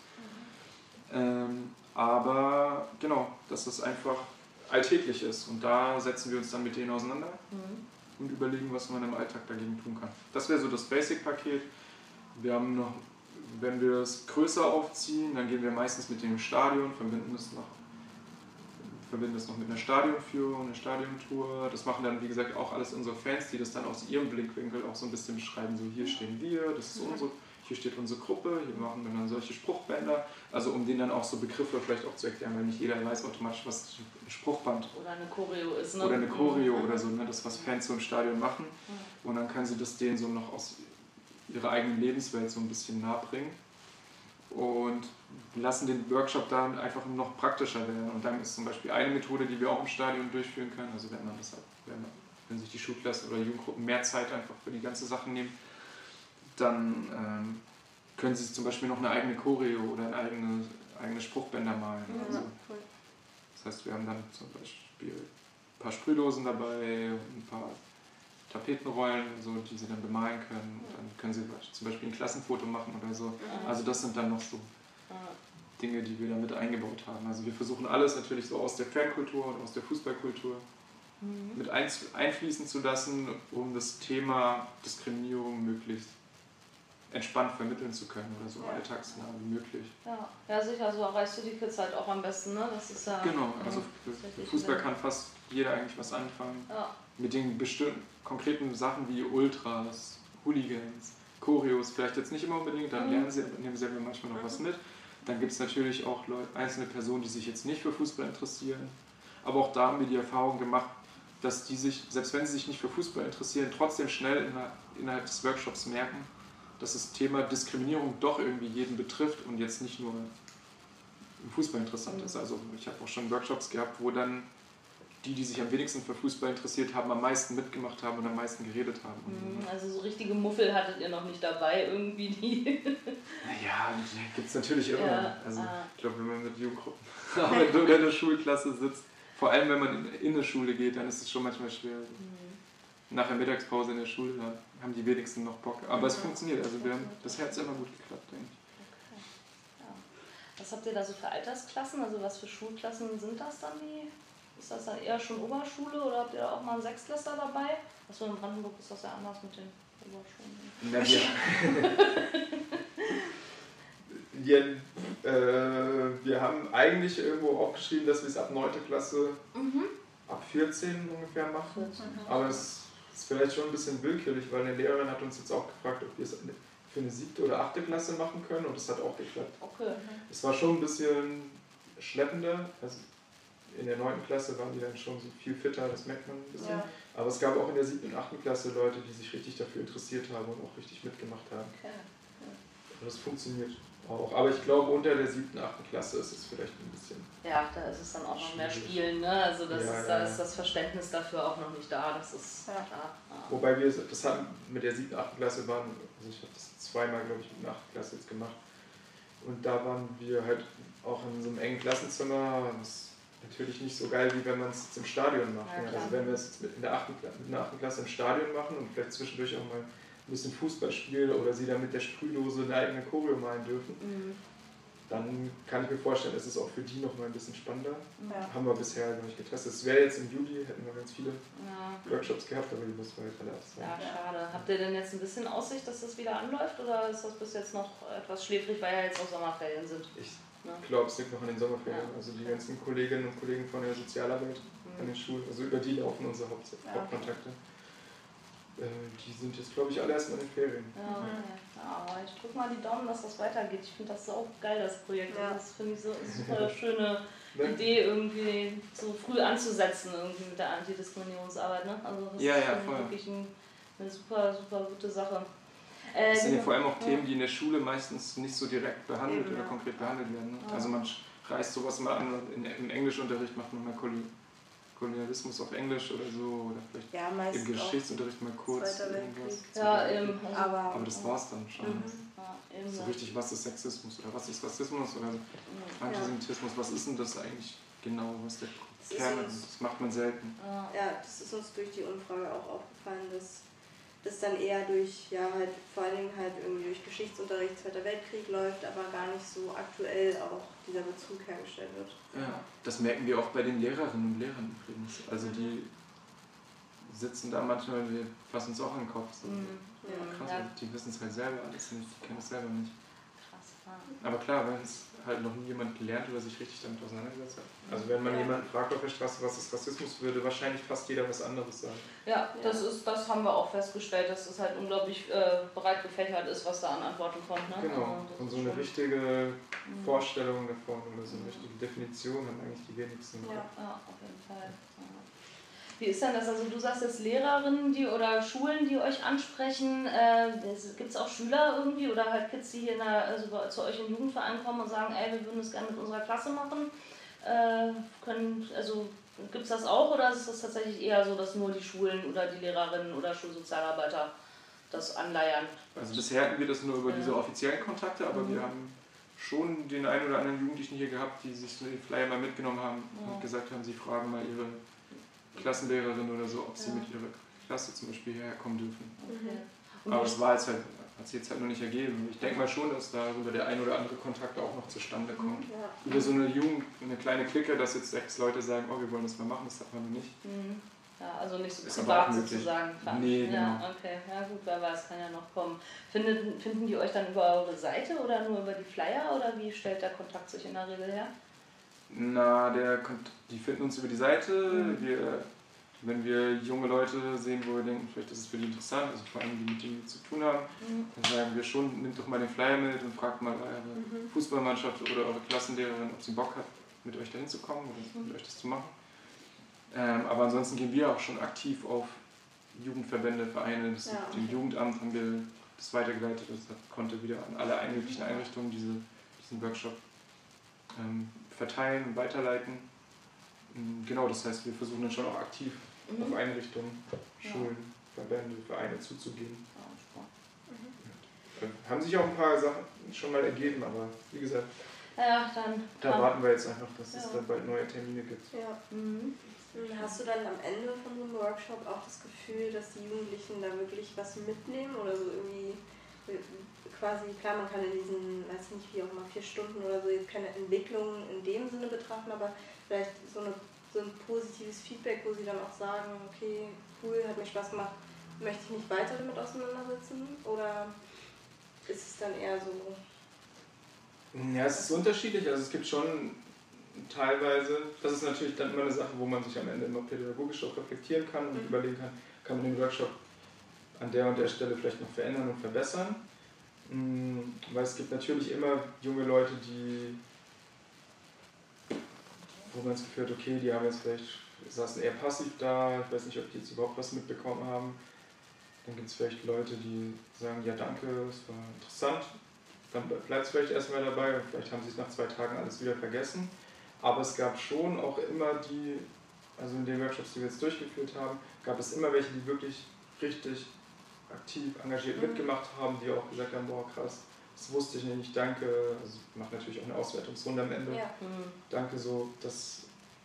Aber genau, dass es einfach alltäglich ist, und da setzen wir uns dann mit denen auseinander und überlegen, was man im Alltag dagegen tun kann. Das wäre so das Basic-Paket. Wir haben noch, wenn wir es größer aufziehen, dann gehen wir meistens mit dem Stadion, verbinden das noch mit einer Stadionführung, einer Stadiontour. Das machen dann, wie gesagt, auch alles unsere Fans, die das dann aus ihrem Blickwinkel auch so ein bisschen beschreiben. So, hier stehen wir, das ist hier steht unsere Gruppe, hier machen wir dann solche Spruchbänder. Also um denen dann auch so Begriffe vielleicht auch zu erklären, weil nicht jeder weiß automatisch, was ein Spruchband oder eine Choreo ist. Ne? Oder eine Choreo oder so, ne? Das, was Fans so im Stadion machen. Und dann können sie das denen so noch aus ihrer eigenen Lebenswelt so ein bisschen nahe bringen. Und lassen den Workshop dann einfach noch praktischer werden. Und dann ist zum Beispiel eine Methode, die wir auch im Stadion durchführen können, also wenn sich die Schulklassen oder Jugendgruppen mehr Zeit einfach für die ganze Sache nehmen, dann können sie zum Beispiel noch eine eigene Choreo oder eigene Spruchbänder malen. Also, das heißt, wir haben dann zum Beispiel ein paar Sprühdosen dabei, ein paar Tapetenrollen, so, die sie dann bemalen können. Und dann können sie zum Beispiel ein Klassenfoto machen oder so. Also das sind dann noch so Dinge, die wir da mit eingebaut haben. Also wir versuchen alles natürlich so aus der Fankultur und aus der Fußballkultur mit einfließen zu lassen, um das Thema Diskriminierung möglichst entspannt vermitteln zu können oder so alltagsnah wie möglich. Ja, sicher, so erreichst du die Kids halt auch am besten, ne? Das ist ja... Genau, also für Fußball kann fast jeder eigentlich was anfangen. Ja. Mit den bestimmten konkreten Sachen wie Ultras, Hooligans, Choreos, vielleicht jetzt nicht immer unbedingt, dann nehmen sie aber manchmal noch was mit. Dann gibt es natürlich auch einzelne Personen, die sich jetzt nicht für Fußball interessieren. Aber auch da haben wir die Erfahrung gemacht, dass die sich, selbst wenn sie sich nicht für Fußball interessieren, trotzdem schnell innerhalb des Workshops merken, dass das Thema Diskriminierung doch irgendwie jeden betrifft und jetzt nicht nur im Fußball interessant ist. Also ich habe auch schon Workshops gehabt, wo dann die sich am wenigsten für Fußball interessiert haben, am meisten mitgemacht haben und am meisten geredet haben. Also so richtige Muffel hattet ihr noch nicht dabei, irgendwie die... Naja, die gibt es natürlich immer. Ja, also ich glaube, wenn man mit Jugendgruppen arbeitet oder in der Schulklasse sitzt, vor allem wenn man in eine Schule geht, dann ist es schon manchmal schwer. Nach der Mittagspause in der Schule haben die wenigsten noch Bock. Aber es funktioniert, also das hat immer gut geklappt, denke ich. Okay. Ja. Was habt ihr da so für Altersklassen? Also was für Schulklassen sind das dann Ist das dann eher schon Oberschule oder habt ihr da auch mal einen Sechstklässler dabei? Achso, in Brandenburg ist das ja anders mit den Oberschulen. Wir haben eigentlich irgendwo aufgeschrieben, dass wir es ab 9. Klasse, ab 14 ungefähr machen. Aber es ist vielleicht schon ein bisschen willkürlich, weil eine Lehrerin hat uns jetzt auch gefragt, ob wir es für eine 7. oder 8. Klasse machen können, und das hat auch geklappt. Okay. Es war schon ein bisschen schleppender. Also in der 9. Klasse waren die dann schon so viel fitter, das merkt man ein bisschen. Ja. Aber es gab auch in der 7. und 8. Klasse Leute, die sich richtig dafür interessiert haben und auch richtig mitgemacht haben. Okay. Und das funktioniert auch. Aber ich glaube, unter der 7. und 8. Klasse ist es vielleicht ein bisschen... Ja, da ist es dann auch noch mehr Spielen, ne? Also da ist das Verständnis dafür auch noch nicht da, das ist klar. Ja. wobei wir das hatten mit der 7., 8. Klasse waren, also ich habe das zweimal, glaube ich, mit der 8. Klasse jetzt gemacht. Und da waren wir halt auch in so einem engen Klassenzimmer. Das ist natürlich nicht so geil, wie wenn man es im Stadion macht. Ja, also wenn wir es mit der 8. Klasse im Stadion machen und vielleicht zwischendurch auch mal ein bisschen Fußball spielen oder sie dann mit der Sprühdose eine eigene Choreo malen dürfen, dann kann ich mir vorstellen, ist es auch für die noch mal ein bisschen spannender. Ja. Haben wir bisher noch nicht getestet. Es wäre jetzt im Juli, hätten wir ganz viele Workshops gehabt, aber die mussten wir halt alle absagen. Ja, schade. Habt ihr denn jetzt ein bisschen Aussicht, dass das wieder anläuft oder ist das bis jetzt noch etwas schläfrig, weil ja jetzt auch Sommerferien sind? Ich glaube, es liegt noch an den Sommerferien. Ja. Also die ganzen Kolleginnen und Kollegen von der Sozialarbeit an den Schulen, also über die laufen unsere Hauptkontakte. Die sind jetzt, glaube ich, alle erstmal in den Ferien. Ja, okay. Ja, aber ich drücke mal die Daumen, dass das weitergeht. Ich finde das so geil, das Projekt. Ja. Das finde ich so eine super schöne Idee, irgendwie so früh anzusetzen irgendwie mit der Antidiskriminierungsarbeit. Ne? Also das ist voll. wirklich eine super, super gute Sache. Das sind ja vor allem auch Themen, die in der Schule meistens nicht so direkt behandelt Eben, oder ja. konkret behandelt werden. Ne? Ja. Also man reißt sowas mal an, im Englischunterricht macht man mal Kolonialismus auf Englisch oder so, oder vielleicht Ja, meist im Geschichtsunterricht mal kurz Zweiter irgendwas. Weltkrieg. Ja, eben. Also, Aber das war's dann schon. ja, eben So so. richtig, was ist Sexismus oder was ist Rassismus oder Antisemitismus, was ist denn das eigentlich genau, was der Kern ist? Das macht man selten. Ja, das ist uns durch die Umfrage auch aufgefallen, dass das dann eher durch, halt vor allen Dingen halt irgendwie durch Geschichtsunterricht Zweiter Weltkrieg läuft, aber gar nicht so aktuell auch dieser Bezug hergestellt wird. Ja, das merken wir auch bei den Lehrerinnen und Lehrern übrigens. Also die sitzen da manchmal, wir fassen uns auch an den Kopf. So. Krass, Ja. die wissen es halt selber alles nicht, die kennen es selber nicht. Krass, ja. Aber klar, wenn es halt noch nie jemand gelernt oder sich richtig damit auseinandergesetzt hat. Also wenn man jemanden fragt auf der Straße, was ist Rassismus, würde wahrscheinlich fast jeder was anderes sagen. Ja, das haben wir auch festgestellt, dass es halt unglaublich breit gefächert ist, was da an Antworten kommt. Ne? Genau, Also, das und so ist eine schon- richtige Vorstellung davon oder so eine richtige Definition haben eigentlich die wenigsten. Ja. Ja, auf jeden Fall. Ja. Wie ist denn das? Also du sagst jetzt Lehrerinnen oder Schulen, die euch ansprechen. Gibt es auch Schüler irgendwie oder halt Kids, die hier zu euch im Jugendverein kommen und sagen, ey, wir würden das gerne mit unserer Klasse machen? Gibt es das auch oder ist es tatsächlich eher so, dass nur die Schulen oder die Lehrerinnen oder Schulsozialarbeiter das anleiern? Also bisher hatten wir das nur über diese offiziellen Kontakte, aber wir haben schon den einen oder anderen Jugendlichen hier gehabt, die sich so den Flyer mal mitgenommen haben und gesagt haben, sie fragen mal ihre Klassenlehrerin oder so, ob sie mit ihrer Klasse zum Beispiel hierher kommen dürfen. Okay. Aber das war jetzt halt, hat sich jetzt halt noch nicht ergeben. Ich denke mal schon, dass darüber der ein oder andere Kontakt auch noch zustande kommt. Ja. Über so eine kleine Clique, dass jetzt 6 Leute sagen, oh, wir wollen das mal machen, das hat man noch nicht. Ja, also nicht so Ist aber privat auch möglich. sozusagen. Nee, genau. Ja, okay. Ja gut, wer weiß, kann ja noch kommen. Finden die euch dann über eure Seite oder nur über die Flyer oder wie stellt der Kontakt sich in der Regel her? Na, die finden uns über die Seite. Wenn wir junge Leute sehen, wo wir denken, vielleicht ist es für die interessant, also vor allem die mit denen wir zu tun haben, dann sagen wir schon, nehmt doch mal den Flyer mit und fragt mal eure Fußballmannschaft oder eure Klassenlehrerin, ob sie Bock hat, mit euch dahin zu kommen oder mit euch das zu machen. Aber ansonsten gehen wir auch schon aktiv auf Jugendverbände, Vereine, dem Jugendamt haben wir das weitergeleitet, das konnte wieder an alle möglichen Einrichtungen diesen Workshop verteilen und weiterleiten. Genau, das heißt, wir versuchen dann schon auch aktiv auf Einrichtungen, Schulen, Verbände, Vereine zuzugehen. Haben sich auch ein paar Sachen schon mal ergeben, aber wie gesagt, da warten wir jetzt einfach, dass es da bald neue Termine gibt. Ja. Hast du dann am Ende von so einem Workshop auch das Gefühl, dass die Jugendlichen da wirklich was mitnehmen oder so irgendwie quasi, klar, man kann in diesen, weiß nicht, wie auch immer, 4 Stunden oder so jetzt keine Entwicklung in dem Sinne betrachten, aber vielleicht so ein positives Feedback, wo sie dann auch sagen, okay, cool, hat mir Spaß gemacht, möchte ich mich weiter damit auseinandersetzen? Oder ist es dann eher so? Ja, es ist unterschiedlich. Also es gibt schon teilweise, das ist natürlich dann immer eine Sache, wo man sich am Ende immer pädagogisch auch reflektieren kann und überlegen kann man den Workshop an der und der Stelle vielleicht noch verändern und verbessern. Weil es gibt natürlich immer junge Leute, wo man das Gefühl hat, okay, die haben jetzt vielleicht, saßen eher passiv da, ich weiß nicht, ob die jetzt überhaupt was mitbekommen haben. Dann gibt es vielleicht Leute, die sagen, ja danke, es war interessant. Dann bleibt es vielleicht erstmal dabei und vielleicht haben sie es nach 2 Tagen alles wieder vergessen. Aber es gab schon auch immer also in den Workshops, die wir jetzt durchgeführt haben, gab es immer welche, die wirklich richtig aktiv, engagiert mitgemacht haben, die auch gesagt haben, boah krass, das wusste ich nicht, danke. Also ich mache natürlich auch eine Auswertungsrunde am Ende. Ja. Danke so, das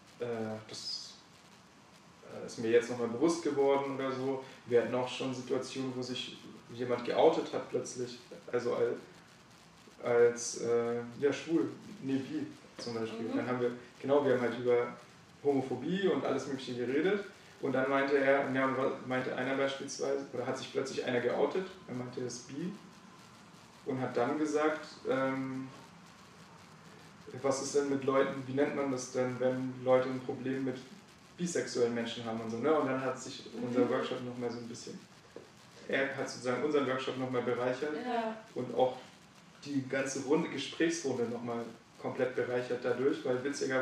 ist mir jetzt nochmal bewusst geworden oder so. Wir hatten auch schon Situationen, wo sich jemand geoutet hat plötzlich, also als schwul, bi zum Beispiel. Dann haben wir haben halt über Homophobie und alles Mögliche geredet. Und dann meinte einer beispielsweise, oder hat sich plötzlich einer geoutet, er meinte, er ist bi, und hat dann gesagt, was ist denn mit Leuten, wie nennt man das denn, wenn Leute ein Problem mit bisexuellen Menschen haben und so, ne? Und dann hat sich unser Workshop nochmal so ein bisschen, er hat sozusagen unseren Workshop nochmal bereichert und auch die ganze Gesprächsrunde nochmal komplett bereichert dadurch, weil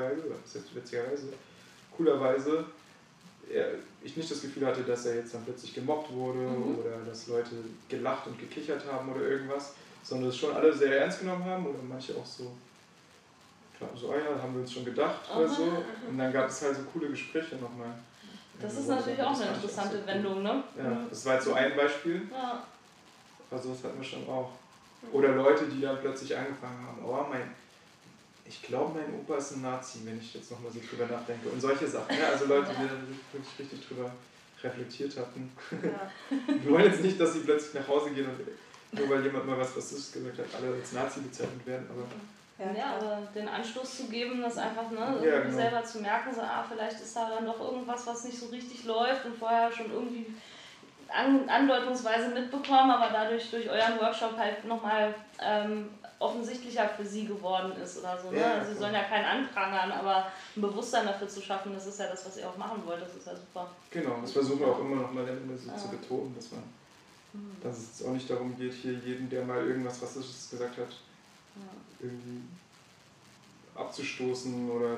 coolerweise, ich nicht das Gefühl hatte, dass er jetzt dann plötzlich gemobbt wurde oder dass Leute gelacht und gekichert haben oder irgendwas, sondern es schon alle sehr ernst genommen haben oder manche auch so, haben wir uns schon gedacht oder so. Und dann gab es halt so coole Gespräche nochmal. Das ist natürlich auch eine interessante Wendung, ne? Ja, das war jetzt so ein Beispiel. Ja. Also das hatten wir schon auch. Oder Leute, die dann plötzlich angefangen haben, ich glaube, mein Opa ist ein Nazi, wenn ich jetzt nochmal so drüber nachdenke. Und solche Sachen, ne? Also Leute, die dann wirklich richtig drüber reflektiert hatten. Ja. Wir wollen jetzt nicht, dass sie plötzlich nach Hause gehen und nur weil jemand mal was Rassistisches gesagt hat, alle als Nazi bezeichnet werden. Aber aber den Anstoß zu geben, das einfach selber zu merken, so, vielleicht ist da dann doch irgendwas, was nicht so richtig läuft und vorher schon irgendwie andeutungsweise mitbekommen, aber dadurch durch euren Workshop halt nochmal offensichtlicher für sie geworden ist oder so. Ne? Ja, also sie sollen ja keinen anprangern, aber ein Bewusstsein dafür zu schaffen, das ist ja das, was ihr auch machen wollt, das ist ja super. Genau, das versuchen wir auch immer nochmal zu betonen, dass es auch nicht darum geht, hier jeden, der mal irgendwas Rassistisches gesagt hat, irgendwie abzustoßen oder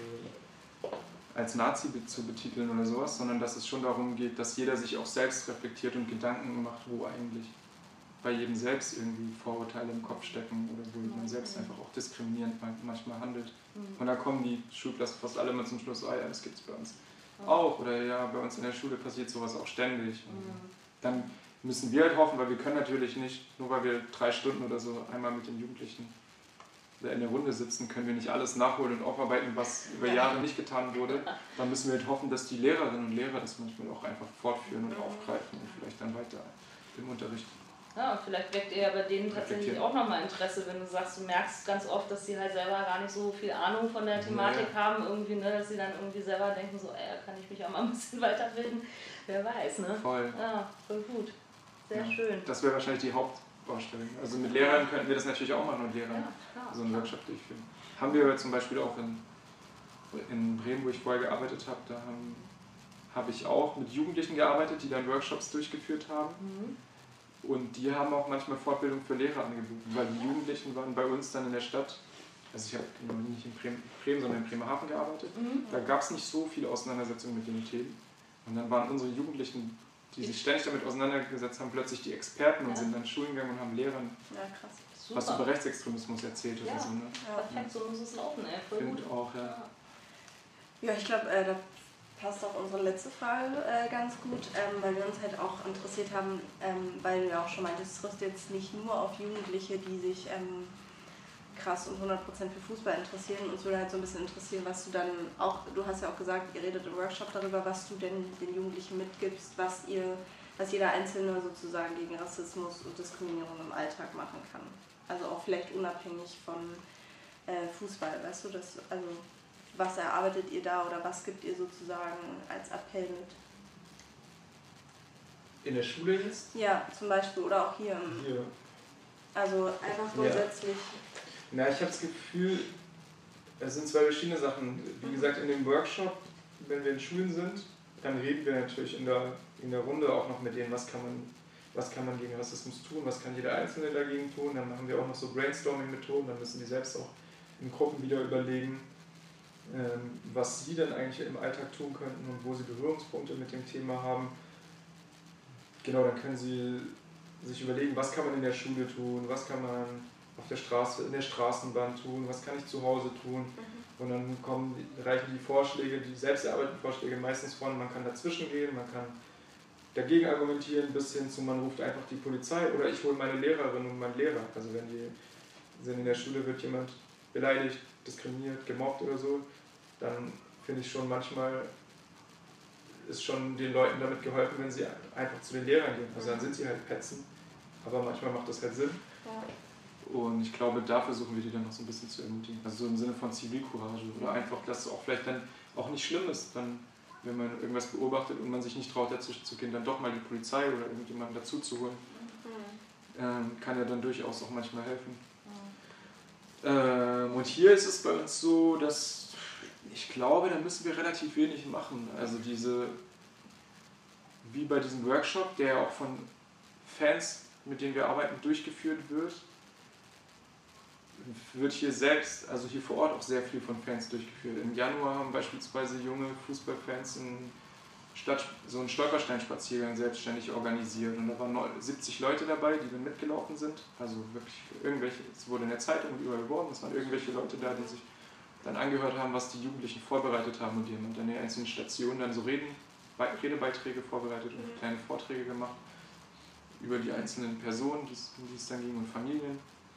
als Nazi zu betiteln oder sowas, sondern dass es schon darum geht, dass jeder sich auch selbst reflektiert und Gedanken macht, wo eigentlich bei jedem selbst irgendwie Vorurteile im Kopf stecken oder wo man selbst einfach auch diskriminierend manchmal handelt. Und da kommen die Schulklassen fast alle immer zum Schluss, ja, das gibt es bei uns auch, oder ja, bei uns in der Schule passiert sowas auch ständig. Und dann müssen wir halt hoffen, weil wir können natürlich nicht, nur weil wir 3 Stunden oder so einmal mit den Jugendlichen in der Runde sitzen, können wir nicht alles nachholen und aufarbeiten, was über Jahre nicht getan wurde. Dann müssen wir halt hoffen, dass die Lehrerinnen und Lehrer das manchmal auch einfach fortführen und aufgreifen und vielleicht dann weiter im Unterricht. Ja, vielleicht weckt ihr ja bei denen tatsächlich auch nochmal Interesse, wenn du sagst, du merkst ganz oft, dass sie halt selber gar nicht so viel Ahnung von der Thematik haben, irgendwie, ne, dass sie dann irgendwie selber denken, so, kann ich mich auch mal ein bisschen weiterbilden, wer weiß, ne? Voll. Ja, voll gut. Sehr schön. Das wäre wahrscheinlich die Hauptbaustelle. Also mit Lehrern könnten wir das natürlich auch machen und Lehrern so einen Workshop durchführen. Haben wir aber zum Beispiel auch in Bremen, wo ich vorher gearbeitet habe, da habe ich auch mit Jugendlichen gearbeitet, die dann Workshops durchgeführt haben. Und die haben auch manchmal Fortbildung für Lehrer angeboten, weil die Jugendlichen waren bei uns dann in der Stadt. Also ich habe nicht in Bremen, sondern in Bremerhaven gearbeitet. Da gab es nicht so viele Auseinandersetzungen mit den Themen. Und dann waren unsere Jugendlichen, die sich ständig damit auseinandergesetzt haben, plötzlich die Experten und sind dann Schulen gegangen und haben Lehrern was über Rechtsextremismus erzählt oder so. Ne? Perfekt, so muss es laufen, ey. Voll gut. Auch, Ja, ich glaube, da passt auch unsere letzte Frage ganz gut, weil wir uns halt auch interessiert haben, weil du ja auch schon meintest, es trifft jetzt nicht nur auf Jugendliche, die sich krass und 100% für Fußball interessieren. Uns würde halt so ein bisschen interessieren, was du dann auch, du hast ja auch gesagt, ihr redet im Workshop darüber, was du denn den Jugendlichen mitgibst, was jeder Einzelne sozusagen gegen Rassismus und Diskriminierung im Alltag machen kann. Also auch vielleicht unabhängig von Fußball, weißt du, also was erarbeitet ihr da oder was gibt ihr sozusagen als Appell mit? In der Schule jetzt? Ja, zum Beispiel, oder auch hier. Also einfach grundsätzlich. Na, ich habe das Gefühl, es sind 2 verschiedene Sachen. Wie gesagt, in dem Workshop, wenn wir in Schulen sind, dann reden wir natürlich in der Runde auch noch mit denen, was kann man gegen Rassismus tun, was kann jeder Einzelne dagegen tun. Dann machen wir auch noch so Brainstorming-Methoden, dann müssen die selbst auch in Gruppen wieder überlegen, was sie dann eigentlich im Alltag tun könnten und wo sie Berührungspunkte mit dem Thema haben. Genau, dann können sie sich überlegen, was kann man in der Schule tun, was kann man auf der Straße, in der Straßenbahn tun, was kann ich zu Hause tun. Und dann reichen die Vorschläge, die selbst erarbeiteten Vorschläge meistens von, man kann dazwischen gehen, man kann dagegen argumentieren, bis hin zu man ruft einfach die Polizei oder ich hole meine Lehrerin und meinen Lehrer. Also wenn die sind in der Schule, wird jemand beleidigt, diskriminiert, gemobbt oder so, dann finde ich schon manchmal ist schon den Leuten damit geholfen, wenn sie einfach zu den Lehrern gehen. Also dann sind sie halt Petzen, aber manchmal macht das halt Sinn. Ja. Und ich glaube, da versuchen wir die dann noch so ein bisschen zu ermutigen. Also so im Sinne von Zivilcourage oder einfach, dass es auch vielleicht dann auch nicht schlimm ist, dann, wenn man irgendwas beobachtet und man sich nicht traut, dazwischen zu gehen, dann doch mal die Polizei oder irgendjemanden dazu zu holen. Kann ja dann durchaus auch manchmal helfen. Und hier ist es bei uns so, dass ich glaube, da müssen wir relativ wenig machen. Also wie bei diesem Workshop, der auch von Fans, mit denen wir arbeiten, durchgeführt wird hier selbst, also hier vor Ort auch sehr viel von Fans durchgeführt. Im Januar haben beispielsweise junge Fußballfans so einen Stolpersteinspaziergang selbstständig organisiert und da waren 70 Leute dabei, die dann mitgelaufen sind. Also wirklich es wurde in der Zeitung und überall beworben, es waren irgendwelche Leute da, die sich dann angehört haben, was die Jugendlichen vorbereitet haben und die haben dann in den einzelnen Stationen dann so Redebeiträge vorbereitet und kleine Vorträge gemacht über die einzelnen Personen, um die es dann ging und Familien.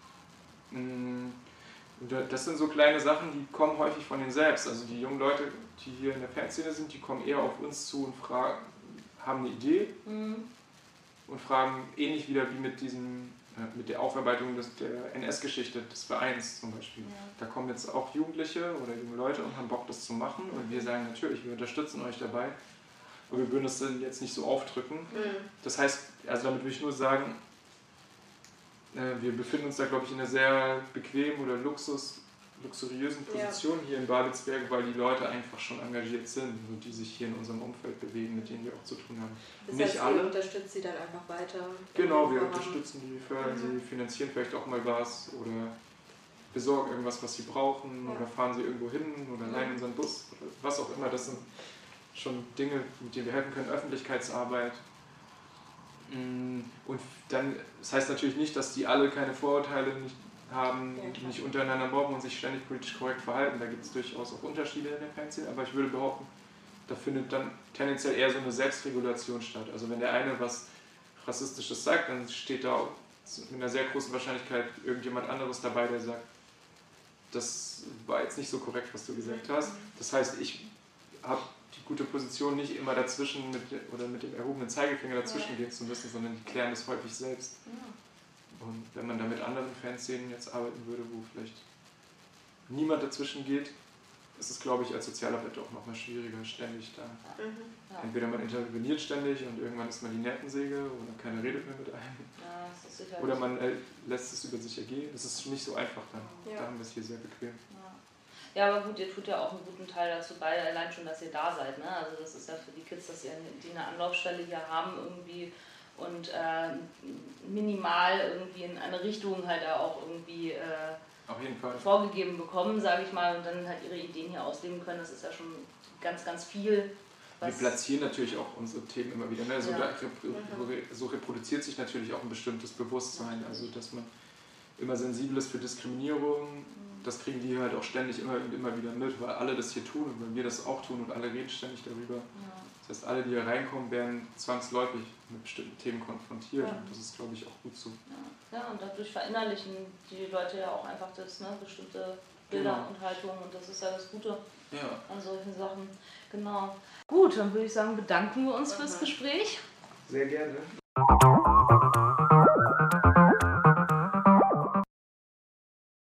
Das sind so kleine Sachen, die kommen häufig von denen selbst. Also die jungen Leute, die hier in der Fanszene sind, die kommen eher auf uns zu und haben eine Idee und fragen ähnlich wieder wie mit der Aufarbeitung der NS-Geschichte des Vereins zum Beispiel. Ja. Da kommen jetzt auch Jugendliche oder junge Leute und haben Bock, das zu machen und wir sagen natürlich, wir unterstützen euch dabei, aber wir würden das dann jetzt nicht so aufdrücken. Das heißt, also damit will ich nur sagen, wir befinden uns da, glaube ich, in einer sehr bequemen oder luxuriösen Position hier in Babelsberg, weil die Leute einfach schon engagiert sind und die sich hier in unserem Umfeld bewegen, mit denen wir auch zu tun haben. Das heißt, ihr unterstützt sie dann einfach weiter? Genau, wir unterstützen die, fördern sie, finanzieren vielleicht auch mal was oder besorgen irgendwas, was sie brauchen oder fahren sie irgendwo hin oder leihen unseren Bus oder was auch immer. Das sind schon Dinge, mit denen wir helfen können, Öffentlichkeitsarbeit. Und dann, das heißt natürlich nicht, dass die alle keine Vorurteile haben, die nicht untereinander mobben und sich ständig politisch korrekt verhalten. Da gibt es durchaus auch Unterschiede in der Fanszene, aber ich würde behaupten, da findet dann tendenziell eher so eine Selbstregulation statt. Also wenn der eine was Rassistisches sagt, dann steht da mit einer sehr großen Wahrscheinlichkeit irgendjemand anderes dabei, der sagt, das war jetzt nicht so korrekt, was du gesagt hast. Das heißt, ich habe die gute Position, nicht immer dazwischen mit dem erhobenen Zeigefinger dazwischen gehen zu müssen, sondern die klären das häufig selbst. Und wenn man da mit anderen Fanszenen jetzt arbeiten würde, wo vielleicht niemand dazwischen geht, ist es, glaube ich, als Sozialarbeiter auch nochmal schwieriger, ständig da. Entweder man interveniert ständig und irgendwann ist man die Nervensäge oder keiner redet mehr mit einem. Oder man lässt es über sich ergehen. Das ist nicht so einfach dann. Da haben wir es hier sehr bequem. Ja, aber gut, ihr tut ja auch einen guten Teil dazu bei, allein schon, dass ihr da seid. Ne? Also das ist ja für die Kids, dass die eine Anlaufstelle hier haben irgendwie und minimal irgendwie in eine Richtung halt auch irgendwie auf jeden Fall vorgegeben bekommen, sage ich mal, und dann halt ihre Ideen hier ausleben können. Das ist ja schon ganz, ganz viel. Wir platzieren natürlich auch unsere Themen immer wieder. Ne? So reproduziert sich natürlich auch ein bestimmtes Bewusstsein, also dass man immer sensibel ist für Diskriminierung. Das kriegen die halt auch ständig immer wieder mit, weil alle das hier tun und weil wir das auch tun und alle reden ständig darüber. Das heißt, alle, die hier reinkommen, werden zwangsläufig mit bestimmten Themen konfrontiert und das ist, glaube ich, auch gut so. Ja, und dadurch verinnerlichen die Leute ja auch einfach das, ne, bestimmte Bilder und Haltungen und das ist ja das Gute an solchen Sachen. Genau. Gut, dann würde ich sagen, bedanken wir uns fürs Gespräch. Sehr gerne.